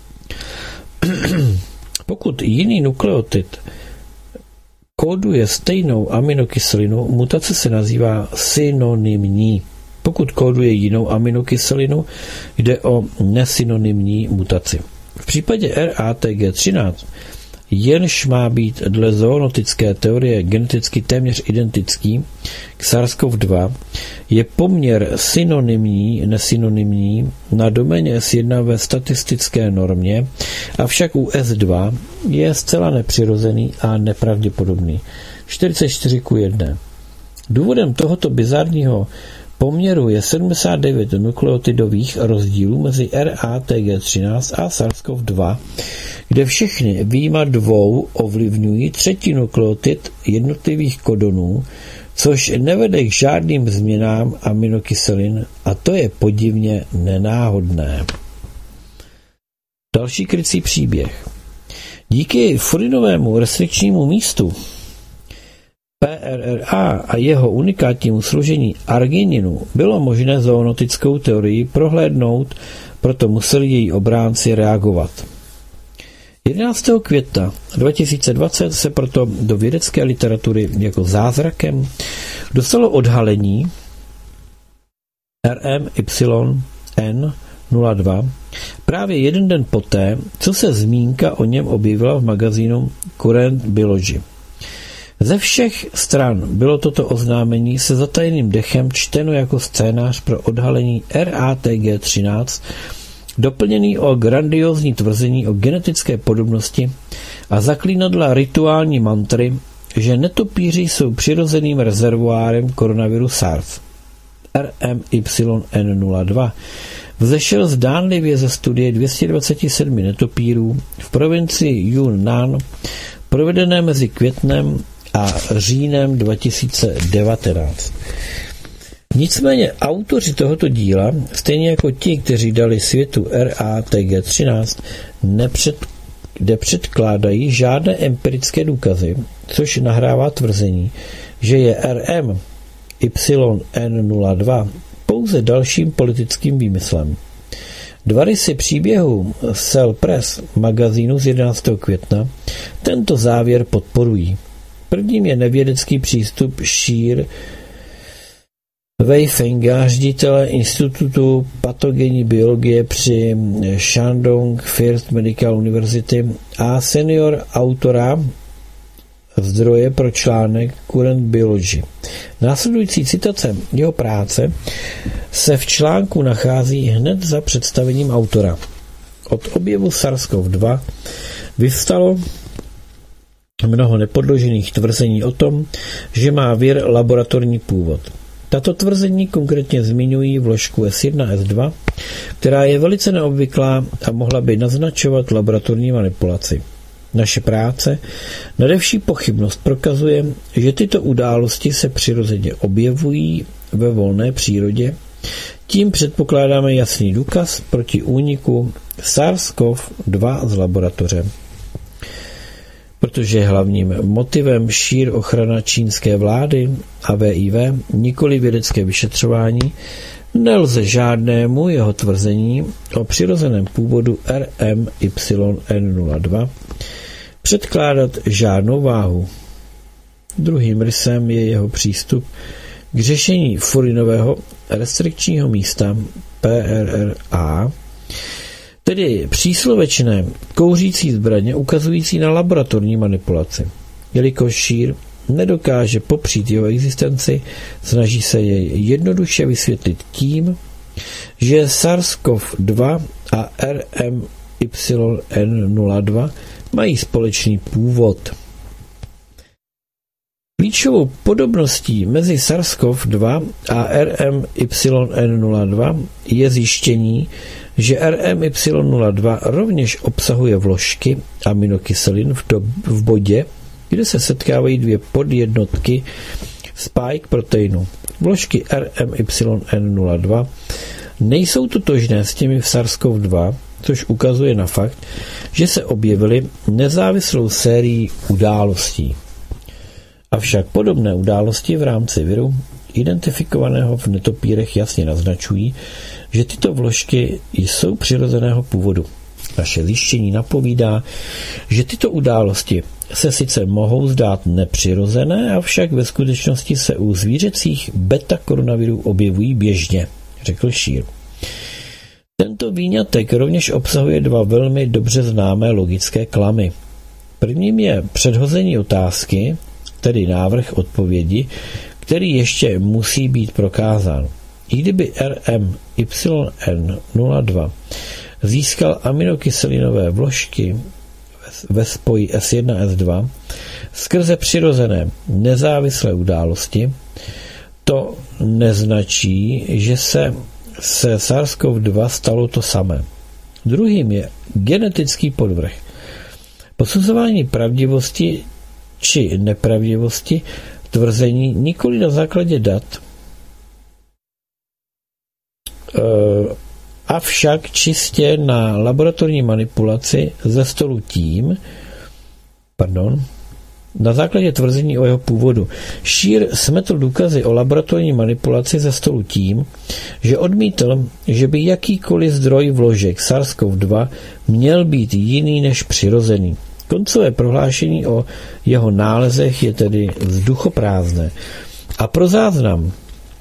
Pokud jiný nukleotid kóduje stejnou aminokyselinu, mutace se nazývá synonymní. Pokud kóduje jinou aminokyselinu, jde o nesynonymní mutaci. V případě RATG13, jenž má být dle zoonotické teorie geneticky téměř identický k SARS-CoV-2, je poměr synonymní-nesynonymní na doméně S1 ve statistické normě, avšak u S2 je zcela nepřirozený a nepravděpodobný. 44:1. Důvodem tohoto bizarního poměru je 79 nukleotidových rozdílů mezi RATG13 a SARS-CoV-2, kde všechny vyjma 2 ovlivňují třetí nukleotid jednotlivých kodonů, což nevede k žádným změnám aminokyselin a to je podivně nenáhodné. Další krycí příběh. Díky furinovému restrikčnímu místu PRRA a jeho unikátnímu složení argininu bylo možné zoonotickou teorii prohlédnout, proto museli její obránci reagovat. 11. května 2020 se proto do vědecké literatury jako zázrakem dostalo odhalení RMYN02 právě jeden den poté, co se zmínka o něm objevila v magazínu Current Biology. Ze všech stran bylo toto oznámení se zatajeným dechem čteno jako scénář pro odhalení RATG13, doplněný o grandiózní tvrzení o genetické podobnosti a zaklínadla rituální mantry, že netopíři jsou přirozeným rezervoárem koronaviru SARS. RMYN02 vzešel zdánlivě ze studie 227 netopírů v provincii Yunnan, provedené mezi květnem a říjnem 2019. Nicméně autoři tohoto díla, stejně jako ti, kteří dali světu RATG13, nepředkládají žádné empirické důkazy, což nahrává tvrzení, že je RMYN02 pouze dalším politickým výmyslem. Dva rysy příběhu Cell Press magazínu z 11. května tento závěr podporují. Prvním je nevědecký přístup Shir Weifenga, ředitele Institutu patogenní biologie při Shandong First Medical University a senior autora zdroje pro článek Current Biology. Následující citace jeho práce se v článku nachází hned za představením autora. Od objevu SARS-CoV-2 vyvstalo mnoho nepodložených tvrzení o tom, že má vir laboratorní původ. Tato tvrzení konkrétně zmiňují vložku S1-S2, která je velice neobvyklá a mohla by naznačovat laboratorní manipulaci. Naše práce nade vší pochybnost prokazuje, že tyto události se přirozeně objevují ve volné přírodě. Tím předpokládáme jasný důkaz proti úniku SARS-CoV-2 z laboratoře. Protože hlavním motivem šíř ochrana čínské vlády a VIV, nikoli vědecké vyšetřování, nelze žádnému jeho tvrzení o přirozeném původu RMYN02 předkládat žádnou váhu. Druhým rysem je jeho přístup k řešení furinového restrikčního místa PRRA, tedy příslovečné kouřící zbraně ukazující na laboratorní manipulaci. Jelikož šír nedokáže popřít jeho existenci, snaží se jej jednoduše vysvětlit tím, že SARS-CoV-2 a RMYN02 mají společný původ. Klíčovou podobností mezi SARS-CoV-2 a RMYN02 je zjištění, že RMYN02 rovněž obsahuje vložky aminokyselin v bodě, kde se setkávají dvě podjednotky spike proteinu. Vložky RMYN02 nejsou totožné s těmi v SARS-CoV-2, což ukazuje na fakt, že se objevily nezávislou sérií událostí. Avšak podobné události v rámci viru, identifikovaného v netopírech, jasně naznačují, že tyto vložky jsou přirozeného původu. Naše zjištění napovídá, že tyto události se sice mohou zdát nepřirozené, avšak ve skutečnosti se u zvířecích beta koronavirů objevují běžně, řekl Shear. Tento výňatek rovněž obsahuje dva velmi dobře známé logické klamy. Prvním je předhození otázky, tedy návrh odpovědi, který ještě musí být prokázán. I kdyby RMYN02 získal aminokyselinové vložky ve spoji S1-S2 skrze přirozené nezávislé události, to neznačí, že se SARS-CoV-2 stalo to samé. Druhým je genetický podvrh. Posuzování pravdivosti či nepravdivosti tvrzení nikoli na základě dat, avšak čistě na laboratorní manipulaci ze stolu tím, na základě tvrzení o jeho původu. Shear smetl důkazy o laboratorní manipulaci ze stolu tím, že odmítl, že by jakýkoliv zdroj vložek SARS-CoV-2 měl být jiný než přirozený. Koncové prohlášení o jeho nálezech je tedy vzduchoprázdné. A pro záznam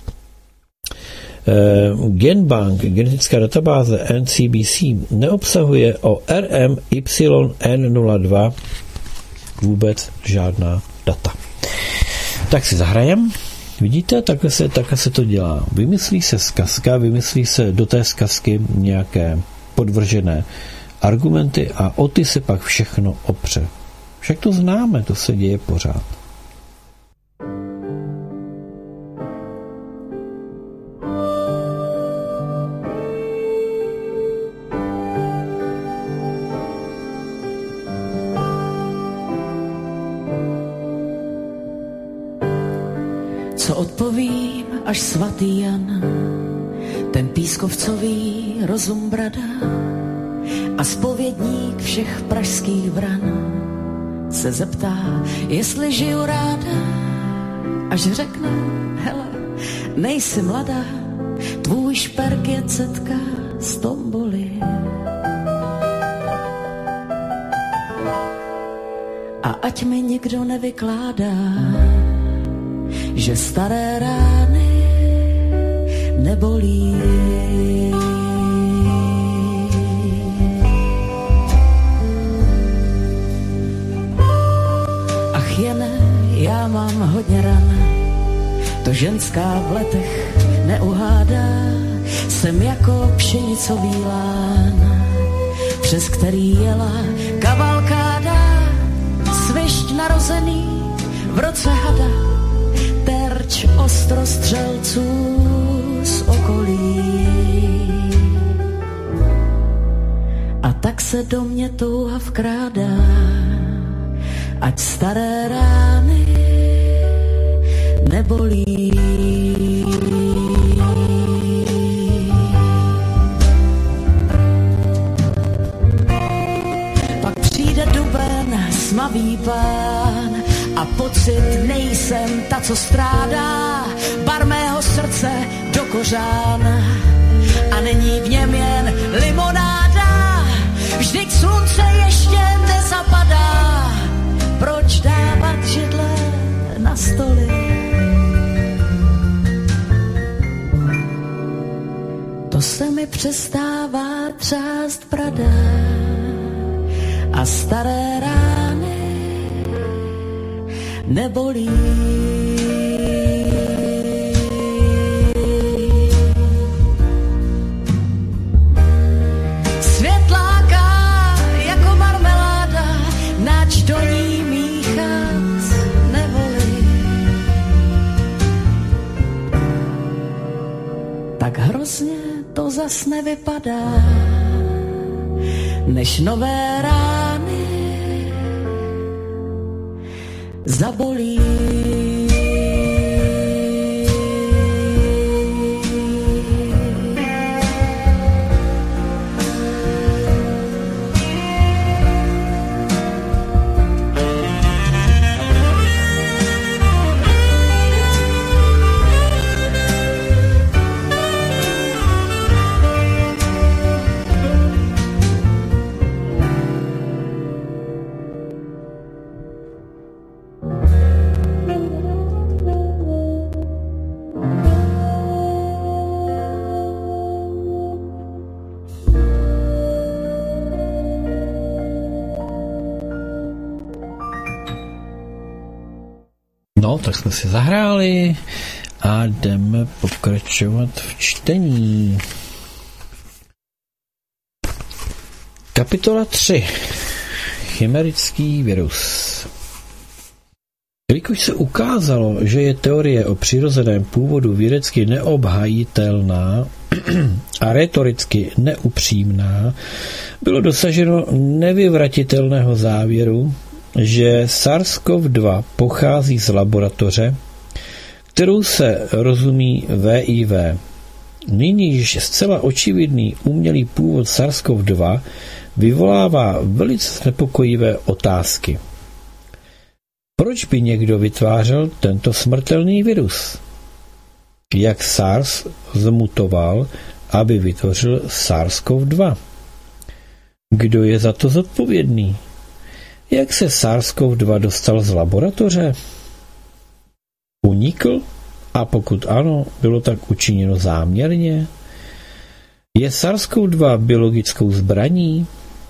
Genbank, genetická databáze NCBC, neobsahuje o RMYN02 vůbec žádná data. Tak si zahrajem. Vidíte, takhle se to dělá. Vymyslí se zkazka, vymyslí se do té zkazky nějaké podvržené argumenty a o ty se pak všechno opře. Však to známe, to se děje pořád. Co odpovím, až svatý Jan, ten pískovcový rozumbrada a zpovědník všech pražských vran se zeptá, jestli žiju ráda, až řekne, hele, nejsi mladá, tvůj šperk je cetka z tomboly. A ať mi nikdo nevykládá, že staré rány nebolí. Ach jene, já mám hodně ran, to ženská v letech neuhádá. Jsem jako pšenicový lán, přes který jela kavalkáda, svišť narozený v roce hada, terč ostrostřelců z okolí. A tak se do mě touha vkrádá, ať staré rány nebolí. Pak přijde duben, smavý pán a pocit nejsem ta, co strádá, bar mého srdce do kořán a není v něm jen limonáda. Vždyť slunce ještě nezapadá, proč dávat židle na stoly? To se mi přestává třást brada a staré rány nebolí. Světláka jako marmeláda, nač do ní míchat nevolí. Tak hrozně to zas nevypadá, než nové rány zabolí. No, tak jsme si zahráli a jdeme pokračovat v čtení. Kapitola 3. Chimerický virus. Jelikož se ukázalo, že je teorie o přirozeném původu vědecky neobhajitelná a retoricky neupřímná, bylo dosaženo nevyvratitelného závěru, že SARS-CoV-2 pochází z laboratoře, kterou se rozumí VIV. Nyní již zcela očividný umělý původ SARS-CoV-2 vyvolává velice znepokojivé otázky. Proč by někdo vytvářel tento smrtelný virus? Jak SARS zmutoval, aby vytvořil SARS-CoV-2? Kdo je za to zodpovědný? Jak se SARS-CoV-2 dostal z laboratoře? Unikl? A pokud ano, bylo tak učiněno záměrně? Je SARS-CoV-2 biologickou zbraní?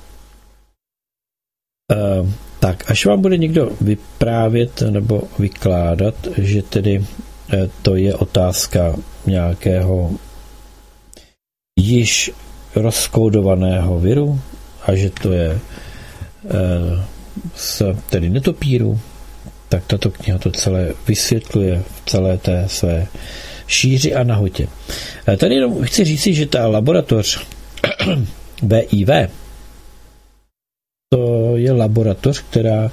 Tak, až vám bude někdo vyprávět nebo vykládat, že tedy to je otázka nějakého již rozkódovaného viru a že to je z tedy netopíru, tak tato kniha to celé vysvětluje v celé té své šíři a nahotě. Tady jenom chci říci, že ta laboratoř VIV, to je laboratoř,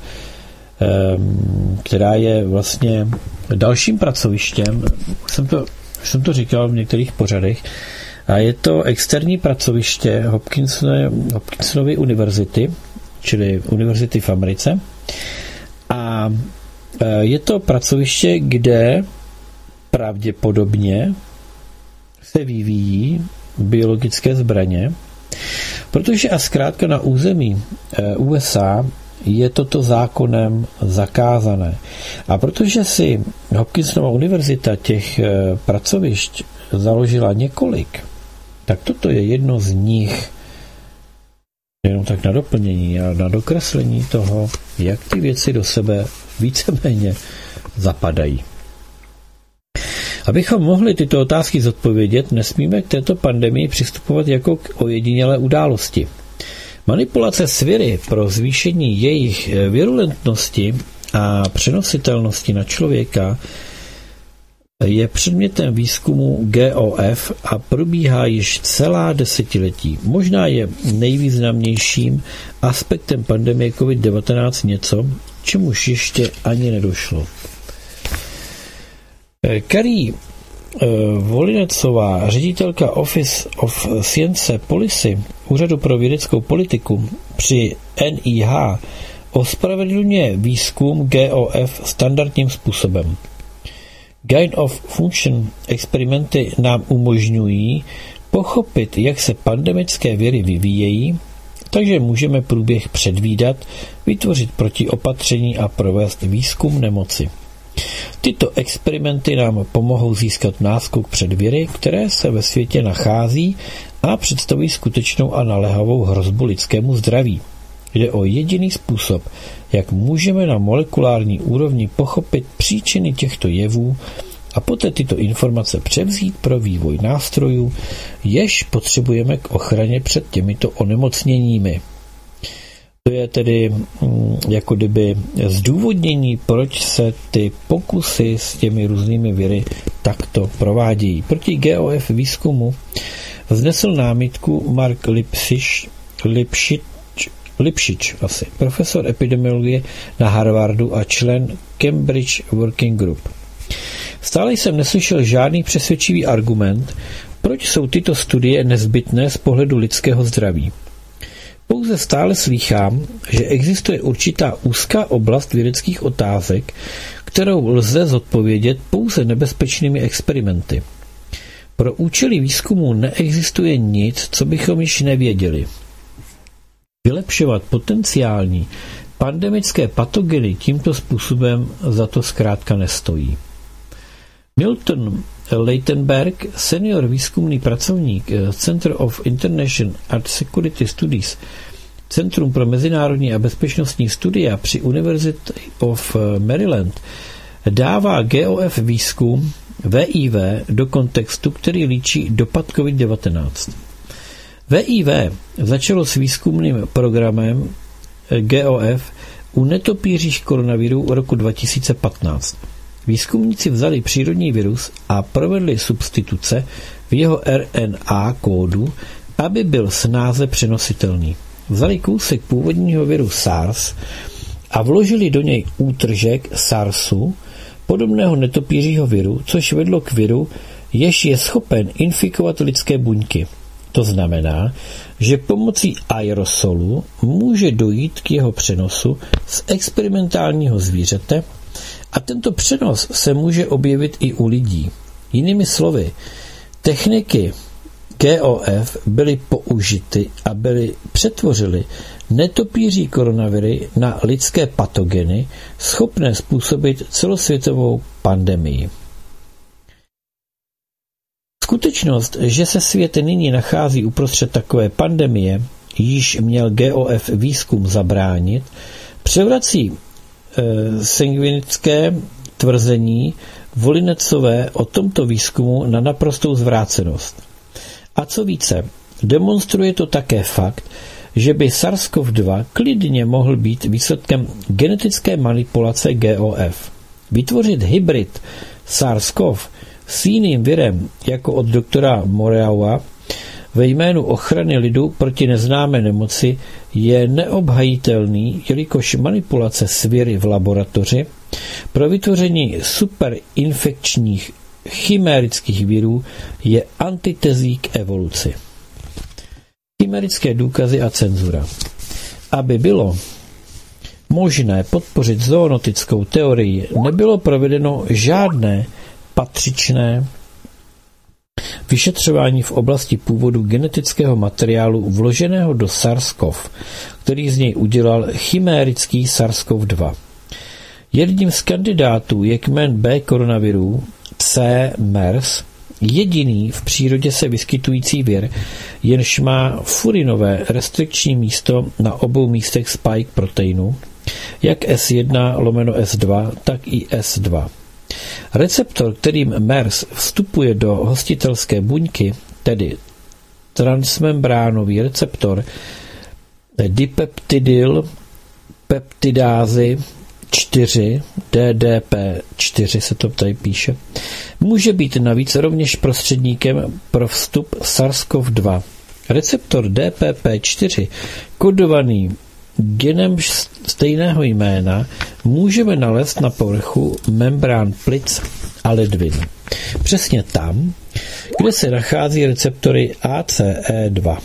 která je vlastně dalším pracovištěm, jsem to říkal v některých pořadech, a je to externí pracoviště Hopkinsonovy univerzity, čili univerzity v Americe. A je to pracoviště, kde pravděpodobně se vyvíjí biologické zbraně, protože a zkrátka na území USA je toto zákonem zakázané. A protože si Hopkinsonova univerzita těch pracovišť založila několik, tak toto je jedno z nich. Jenom tak na doplnění a na dokreslení toho, jak ty věci do sebe víceméně zapadají. Abychom mohli tyto otázky zodpovědět, nesmíme k této pandemii přistupovat jako k ojedinělé události. Manipulace s viry pro zvýšení jejich virulentnosti a přenositelnosti na člověka je předmětem výzkumu GOF a probíhá již celá desetiletí. Možná je nejvýznamnějším aspektem pandemie COVID-19 něco, čemuž ještě ani nedošlo. Carrie Volinecová, ředitelka Office of Science Policy, Úřadu pro vědeckou politiku při NIH, ospravedlňuje výzkum GOF standardním způsobem. Gain of function experimenty nám umožňují pochopit, jak se pandemické viry vyvíjejí, takže můžeme průběh předvídat, vytvořit protiopatření a provést výzkum nemoci. Tyto experimenty nám pomohou získat náskok před viry, které se ve světě nachází a představují skutečnou a naléhavou hrozbu lidskému zdraví. Jde o jediný způsob, jak můžeme na molekulární úrovni pochopit příčiny těchto jevů a poté tyto informace převzít pro vývoj nástrojů, jež potřebujeme k ochraně před těmito onemocněními. To je tedy jako kdyby zdůvodnění, proč se ty pokusy s těmi různými viry takto provádějí. Proti GOF výzkumu vznesl námitku Mark Lipšič, profesor epidemiologie na Harvardu a člen Cambridge Working Group. Stále jsem neslyšel žádný přesvědčivý argument, proč jsou tyto studie nezbytné z pohledu lidského zdraví. Pouze stále slýchám, že existuje určitá úzká oblast vědeckých otázek, kterou lze zodpovědět pouze nebezpečnými experimenty. Pro účely výzkumu neexistuje nic, co bychom již nevěděli. Vylepšovat potenciální pandemické patogeny tímto způsobem za to zkrátka nestojí. Milton Leitenberg, senior výzkumný pracovník Center of International and Security Studies, Centrum pro mezinárodní a bezpečnostní studia při University of Maryland, dává GOF výzkum VIV do kontextu, který líčí dopad COVID-19. VIV začalo s výzkumným programem GOF u netopířích koronaviru roku 2015. Výzkumníci vzali přírodní virus a provedli substituce v jeho RNA kódu, aby byl snáze přenositelný. Vzali kousek původního viru SARS a vložili do něj útržek SARSu, podobného netopířího viru, což vedlo k viru, jež je schopen infikovat lidské buňky. To znamená, že pomocí aerosolu může dojít k jeho přenosu z experimentálního zvířete a tento přenos se může objevit i u lidí. Jinými slovy, techniky GOF byly použity, aby přetvořily netopíří koronaviry na lidské patogeny, schopné způsobit celosvětovou pandemii. Skutečnost, že se svět nyní nachází uprostřed takové pandemie, již měl GOF výzkum zabránit, převrací sanguinické tvrzení Volinecové o tomto výzkumu na naprostou zvrácenost. A co více, demonstruje to také fakt, že by SARS-CoV-2 klidně mohl být výsledkem genetické manipulace GOF. Vytvořit hybrid SARS-CoV s jiným virem, jako od doktora Moreaua, ve jménu ochrany lidu proti neznámé nemoci je neobhajitelný, jelikož manipulace s viry v laboratoři pro vytvoření superinfekčních chimérických virů je antitezí k evoluci. Chimérické důkazy a cenzura. Aby bylo možné podpořit zoonotickou teorii, nebylo provedeno žádné patřičné vyšetřování v oblasti původu genetického materiálu vloženého do SARS-CoV, který z něj udělal chimérický SARS-CoV-2. Jedním z kandidátů je kmen B koronavirů C. MERS, jediný v přírodě se vyskytující vir, jenž má furinové restrikční místo na obou místech spike proteinu, jak S1/S2, tak i S2. Receptor, kterým MERS vstupuje do hostitelské buňky, tedy transmembránový receptor dipeptidyl peptidázy 4, DDP4 se to tady píše, Může být navíc rovněž prostředníkem pro vstup SARS-CoV-2. Receptor DPP4, kodovaný genem stejného jména, můžeme nalézt na povrchu membrán plic a ledvin. Přesně tam, kde se nachází receptory ACE2.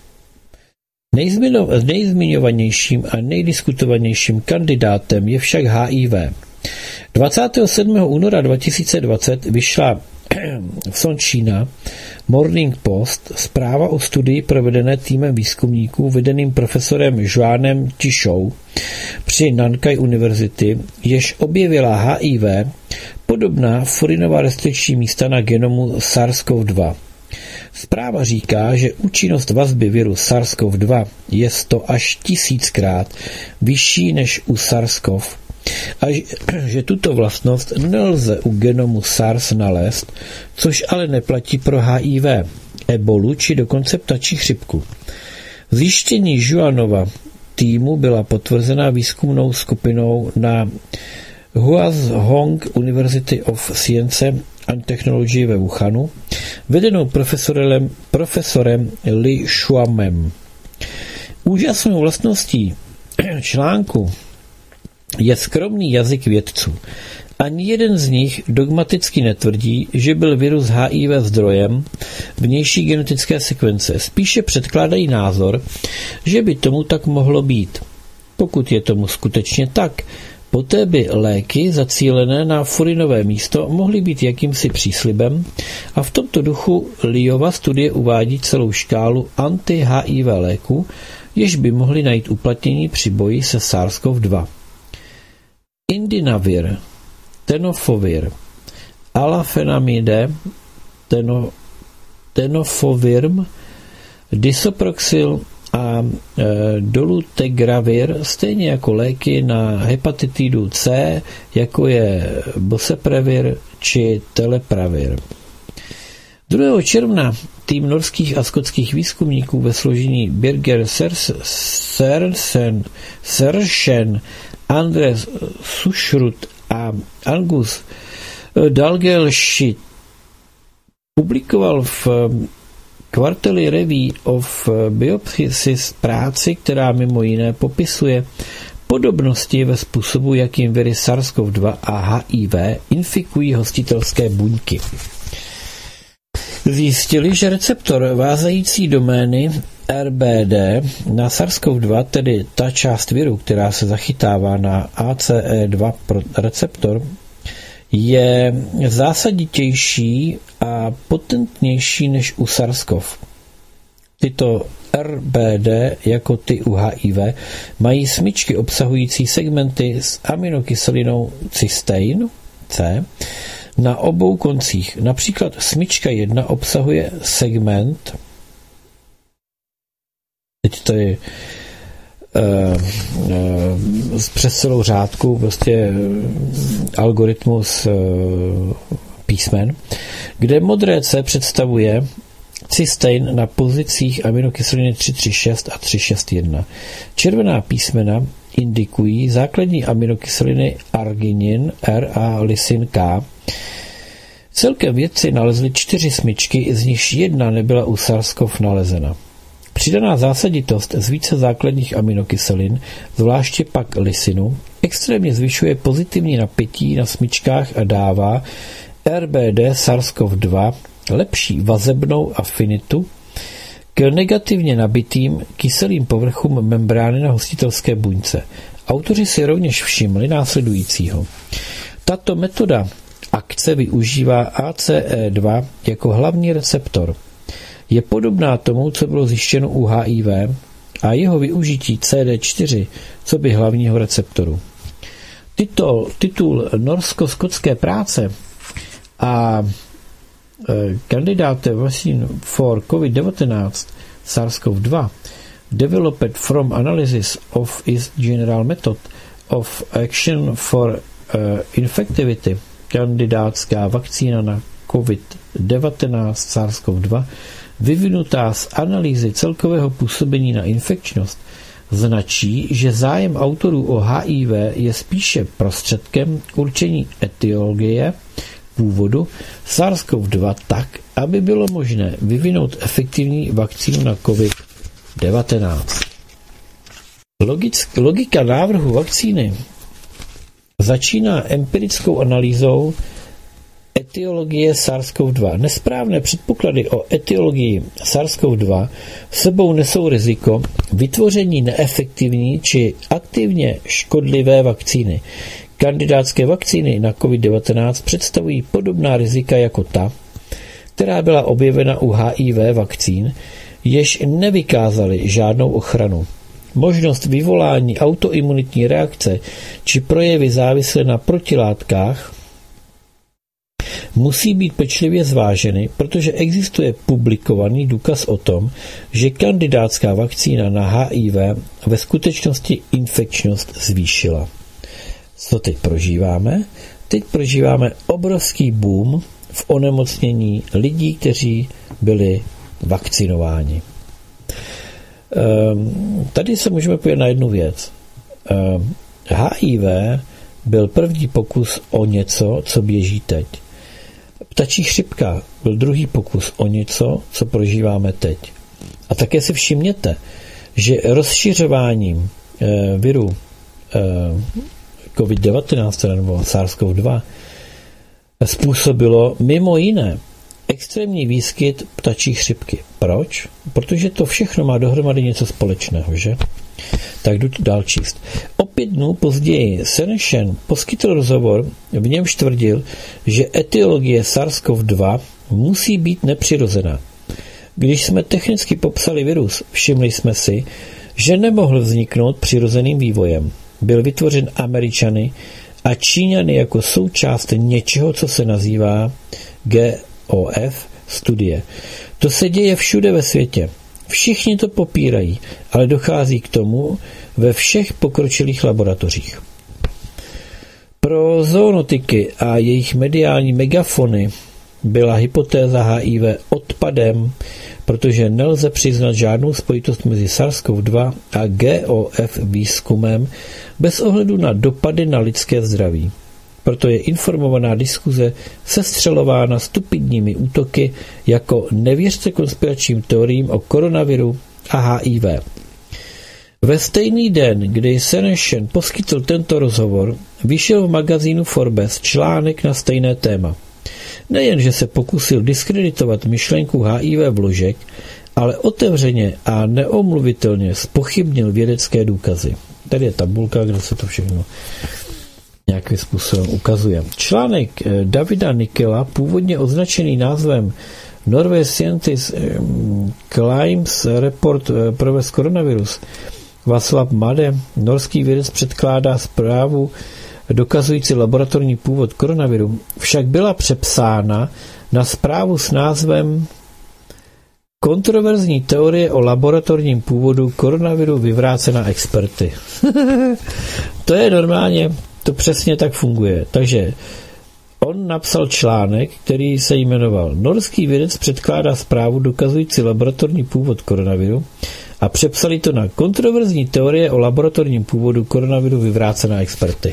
Nejzmiňovanějším a nejdiskutovanějším kandidátem je však HIV. 27. února 2020 vyšla v Sončína Morning Post zpráva o studii provedené týmem výzkumníků vedeným profesorem Joanem Tichou při Nankai University, jež objevila HIV podobná furinová restrikční místa na genomu SARS-CoV-2. Zpráva říká, že účinnost vazby viru SARS-CoV-2 je 100 až 1000krát vyšší než u SARS-CoV a že tuto vlastnost nelze u genomu SARS nalézt, což ale neplatí pro HIV, ebolu či dokonce ptačí chřipku. Zjištění Joanova týmu byla potvrzena výzkumnou skupinou na Huazhong University of Science and Technology ve Wuhanu, vedenou profesorem Li Shuamem. Úžasnou vlastností článku je skromný jazyk vědců. Ani jeden z nich dogmaticky netvrdí, že byl virus HIV zdrojem vnější genetické sekvence. Spíše předkládají názor, že by tomu tak mohlo být. Pokud je tomu skutečně tak, poté by léky zacílené na furinové místo mohly být jakýmsi příslibem a v tomto duchu Liova studie uvádí celou škálu anti-HIV léků, jež by mohly najít uplatnění při boji se SARS-CoV-2. Indinavir, tenofovir, alafenamide, tenofovirm, disoproxil a dolutegravir, stejně jako léky na hepatitidu C, jako je boceprevir či telepravir. 2. června tým norských a skotských výzkumníků ve složení Birger Sersen, Andres Sushrut a Angus Dalgelshit publikoval v Quarterly Review of Biopsys práci, která mimo jiné popisuje podobnosti ve způsobu, jakým viry SARS-CoV-2 a HIV infikují hostitelské buňky. Zjistili, že receptor vázající domény RBD na SARS-CoV-2, tedy ta část viru, která se zachytává na ACE2 receptor, je zásaditější a potentnější než u SARS-CoV. Tyto RBD, jako ty u HIV, mají smyčky obsahující segmenty s aminokyselinou cystein C na obou koncích. Například smyčka 1 obsahuje segment, teď to je přes celou řádku, prostě algoritmus písmen, kde modré C představuje cystein na pozicích aminokyseliny 336 a 361. Červená písmena indikují základní aminokyseliny arginin R a lysin K. Celkem vědci nalezli 4 smyčky, z nichž jedna nebyla u SARS-CoV nalezena. Přidaná zásaditost z více základních aminokyselin, zvláště pak lysinu, extrémně zvyšuje pozitivní napětí na smyčkách a dává RBD SARS-CoV-2 lepší vazebnou afinitu k negativně nabitým kyselým povrchům membrány na hostitelské buňce. Autoři si rovněž všimli následujícího. Tato metoda akce využívá ACE2 jako hlavní receptor. Je podobná tomu, co bylo zjištěno u HIV a jeho využití CD4, co by hlavního receptoru. Titul norsko-skotské práce a Candidate Vaccine for COVID-19 SARS-CoV-2 developed from analysis of its general method of action for infectivity. Kandidátská vakcína na COVID-19 SARS-CoV-2 vyvinutá z analýzy celkového působení na infekčnost značí, že zájem autorů o HIV je spíše prostředkem k určení etiologie původu SARS-CoV-2 tak, aby bylo možné vyvinout efektivní vakcínu na COVID-19. Logika návrhu vakcíny začíná empirickou analýzou etiologie SARS-CoV-2. Nesprávné předpoklady o etiologii SARS-CoV-2 sebou nesou riziko vytvoření neefektivní či aktivně škodlivé vakcíny. Kandidátské vakcíny na COVID-19 představují podobná rizika jako ta, která byla objevena u HIV vakcín, jež nevykázaly žádnou ochranu. Možnost vyvolání autoimunitní reakce či projevy závislé na protilátkách musí být pečlivě zváženy, protože existuje publikovaný důkaz o tom, že kandidátská vakcína na HIV ve skutečnosti infekčnost zvýšila. Co teď prožíváme? Teď prožíváme obrovský boom v onemocnění lidí, kteří byli vakcinováni. Tady se můžeme podívat na jednu věc. HIV byl první pokus o něco, co běží teď. Ptačí chřipka byl druhý pokus o něco, co prožíváme teď. A také si všimněte, že rozšiřováním viru COVID-19 nebo SARS-CoV-2 způsobilo mimo jiné extrémní výskyt ptačí chřipky. Proč? Protože to všechno má dohromady něco společného, že? Tak jdu dál číst. O 5 dnů později Seneshen poskytl rozhovor, v němž tvrdil, že etiologie SARS-CoV-2 musí být nepřirozená. Když jsme technicky popsali virus, všimli jsme si, že nemohl vzniknout přirozeným vývojem. Byl vytvořen Američany a Číňany jako součást něčeho, co se nazývá GOF studie. To se děje všude ve světě. Všichni to popírají, ale dochází k tomu ve všech pokročilých laboratořích. Pro zoonotiky a jejich mediální megafony byla hypotéza HIV odpadem, protože nelze přiznat žádnou spojitost mezi SARS-CoV-2 a GOF výzkumem bez ohledu na dopady na lidské zdraví. Proto je informovaná diskuze sestřelována stupidními útoky jako nevěřte konspiračním teoriím o koronaviru a HIV. Ve stejný den, kdy Seneshen poskytl tento rozhovor, vyšel v magazínu Forbes článek na stejné téma. Nejen, že se pokusil diskreditovat myšlenku HIV vložek, ale otevřeně a neomluvitelně zpochybnil vědecké důkazy. Tady je tabulka, kde se to všechno nějakým způsobem ukazuje. Článek Davida Nickela, původně označený názvem Norway Scientist Claims Report Progress Coronavirus, Václav Made, norský vědec, předkládá zprávu dokazující laboratorní původ koronaviru, však byla přepsána na zprávu s názvem Kontroverzní teorie o laboratorním původu koronaviru vyvrácená experty. To je normálně, to přesně tak funguje. Takže on napsal článek, který se jmenoval Norský vědec předkládá zprávu dokazující laboratorní původ koronaviru a přepsali to na Kontroverzní teorie o laboratorním původu koronaviru vyvrácená experty.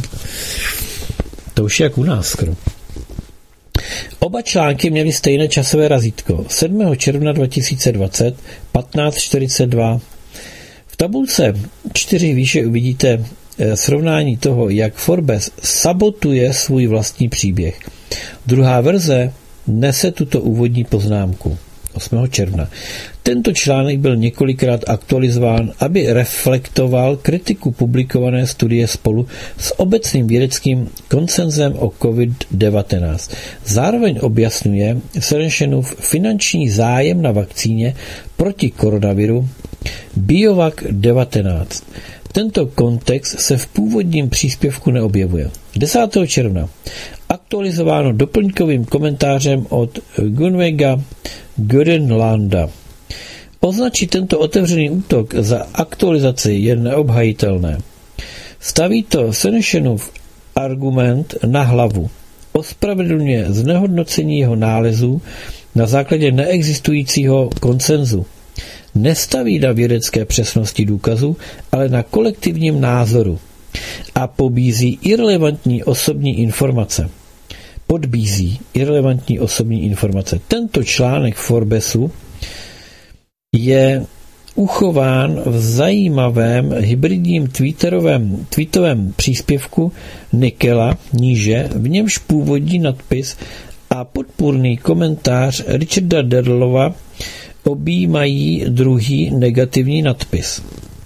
To už je jak u nás skoro. Oba články měly stejné časové razítko. 7. června 2020, 15:42. V tabulce 4 výše uvidíte srovnání toho, jak Forbes sabotuje svůj vlastní příběh. Druhá verze nese tuto úvodní poznámku. 8. června. Tento článek byl několikrát aktualizován, aby reflektoval kritiku publikované studie spolu s obecným vědeckým konsenzem o COVID-19. Zároveň objasňuje Seneshenův finanční zájem na vakcíně proti koronaviru Biovac 19. Tento kontext se v původním příspěvku neobjevuje. 10. června. Aktualizováno doplňkovým komentářem od Gunvega Gödenlanda. Označit tento otevřený útok za aktualizaci je neobhajitelné. Staví to Seneshenův argument na hlavu. Ospravedlňuje znehodnocení jeho nálezů na základě neexistujícího konsenzu. Nestaví na vědecké přesnosti důkazu, ale na kolektivním názoru a pobízí irelevantní osobní informace. podbízí irelevantní osobní informace. Tento článek Forbesu je uchován v zajímavém hybridním tweetovém příspěvku Nikela níže, v němž původní nadpis a podpůrný komentář Richarda Derlova objímají druhý negativní nadpis.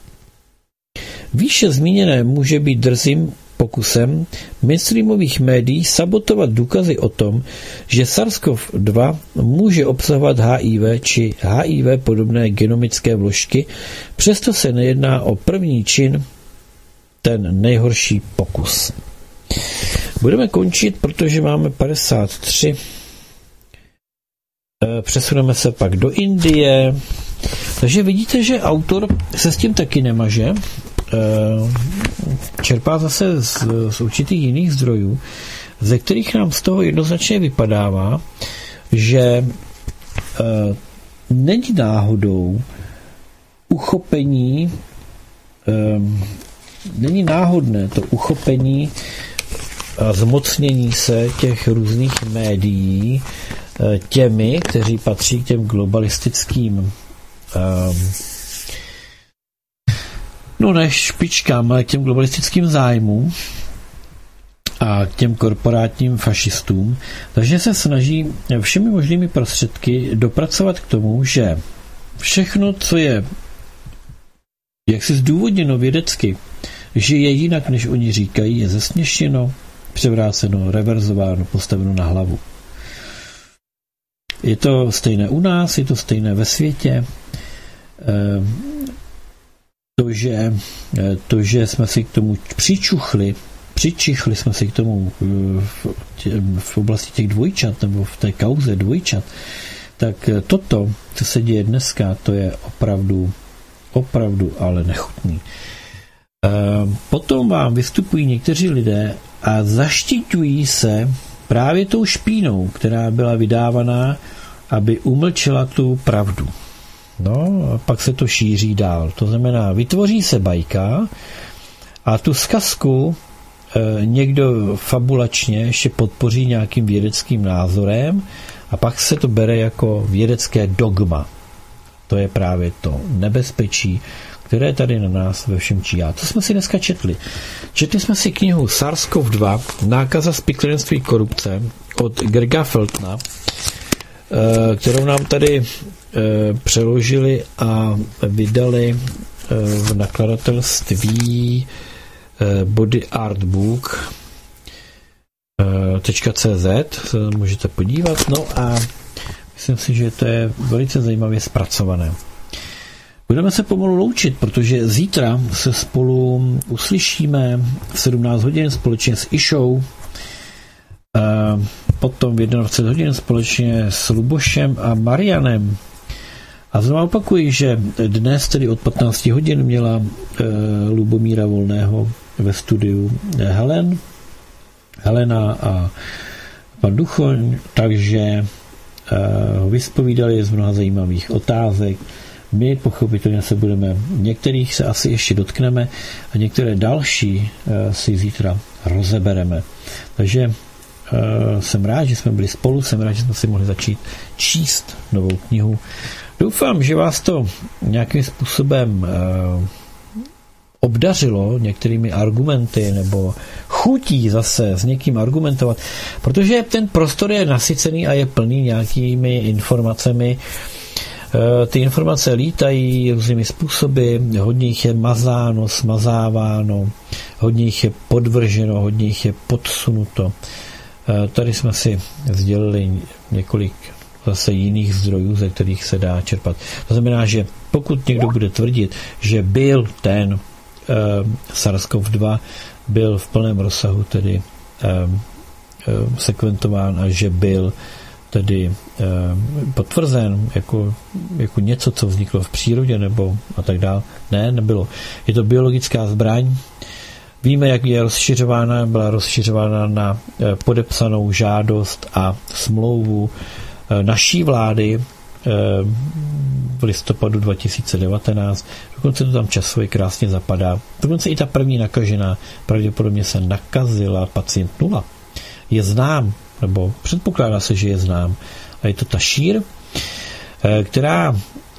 Výše zmíněné může být drzým pokusem mainstreamových médií sabotovat důkazy o tom, že SARS-CoV-2 může obsahovat HIV či HIV podobné genomické vložky, přesto se nejedná o první čin, ten nejhorší pokus. Budeme končit, protože máme 53. Přesuneme se pak do Indie. Takže vidíte, že autor se s tím taky nemaže. Čerpá zase z určitých jiných zdrojů, ze kterých nám z toho jednoznačně vypadává, že není náhodou uchopení, není náhodné to uchopení a zmocnění se těch různých médií těmi, kteří patří k těm globalistickým ne špičkám, ale k těm globalistickým zájmům a k těm korporátním fašistům. Takže se snaží všemi možnými prostředky dopracovat k tomu, že všechno, co je jaksi zdůvodněno vědecky, že je jinak, než oni říkají, je zesměšněno, převráceno, reverzováno, postaveno na hlavu. Je to stejné u nás, je to stejné ve světě. To, že jsme si k tomu přičichli jsme si k tomu v oblasti těch dvojčat, nebo v té kauze dvojčat, tak toto, co se děje dneska, to je opravdu ale nechutný. Potom vám vystupují někteří lidé a zaštiťují se právě tou špínou, která byla vydávaná, aby umlčela tu pravdu. No, a pak se to šíří dál. To znamená, vytvoří se bajka a tu zkazku někdo fabulačně ještě podpoří nějakým vědeckým názorem a pak se to bere jako vědecké dogma. To je právě to nebezpečí, které tady na nás ve všem číhá. Co jsme si dneska četli? Četli jsme si knihu SARS-CoV-2, nákaza spiklenství korupce od Grega Feltna, kterou nám tady přeložili a vydali v nakladatelství Body Art Book .cz se můžete podívat. No a myslím si, že to je velice zajímavě zpracované. Budeme se pomalu loučit, protože zítra se spolu uslyšíme v 17 hodin společně s Išou, potom v 21 hodin společně s Lubošem a Marianem. A znovu opakuji, že dnes tedy od 15 hodin měla Lubomíra Volného ve studiu Helena a pan Duchoň, takže ho vyspovídali z mnoha zajímavých otázek. My pochopitelně se budeme, některých se asi ještě dotkneme a některé další si zítra rozebereme. Takže jsem rád, že jsme byli spolu, jsem rád, že jsme si mohli začít číst novou knihu. Doufám, že vás to nějakým způsobem obdařilo některými argumenty nebo chutí zase s někým argumentovat, protože ten prostor je nasycený a je plný nějakými informacemi. Ty informace lítají různými způsoby, hodně jich je mazáno, smazáváno, hodně jich je podvrženo, hodně jich je podsunuto. Tady jsme si sdělili několik zase jiných zdrojů, ze kterých se dá čerpat. To znamená, že pokud někdo bude tvrdit, že byl ten SARS-CoV-2 byl v plném rozsahu tedy sekventován a že byl tedy potvrzen jako něco, co vzniklo v přírodě nebo a tak dále. Ne, nebylo. Je to biologická zbraň. Víme, jak je rozšiřována, byla rozšiřována na podepsanou žádost a smlouvu naší vlády v listopadu 2019. Dokonce to tam časově krásně zapadá. Dokonce i ta první nakažená pravděpodobně se nakazila, pacient 0. Je znám nebo předpokládá se, že je znám. A je to Tašír, která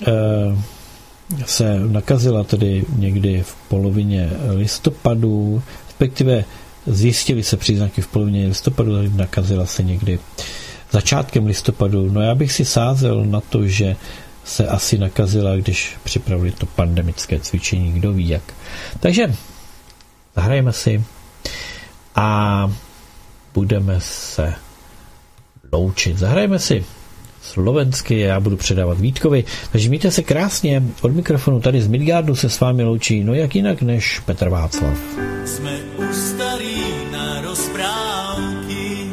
se nakazila tedy někdy v polovině listopadu, respektive zjistili se příznaky v polovině listopadu, nakazila se někdy začátkem listopadu. No já bych si sázel na to, že se asi nakazila, když připravili to pandemické cvičení, kdo ví jak. Takže zahrajeme si a budeme se loučit. Zahrajeme si slovensky, já budu předávat Vítkovi. Takže mějte se krásně, od mikrofonu tady z Midgardu se s vámi loučí, no jak jinak než Petr Václav. Jsme už starí na rozprávky,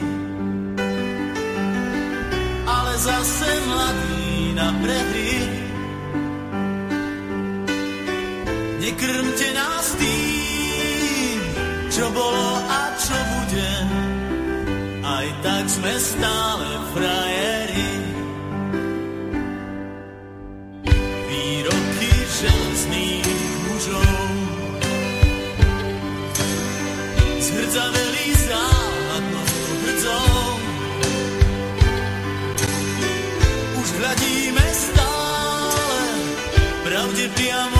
ale zase mladí na prehry. Nekrmte nás tým, čo bolo a čo bude, aj tak sme stále frajeri. Výroky železných mužov zhrdzaveli záhadnou hrdzou. Už hľadíme stále pravde priamo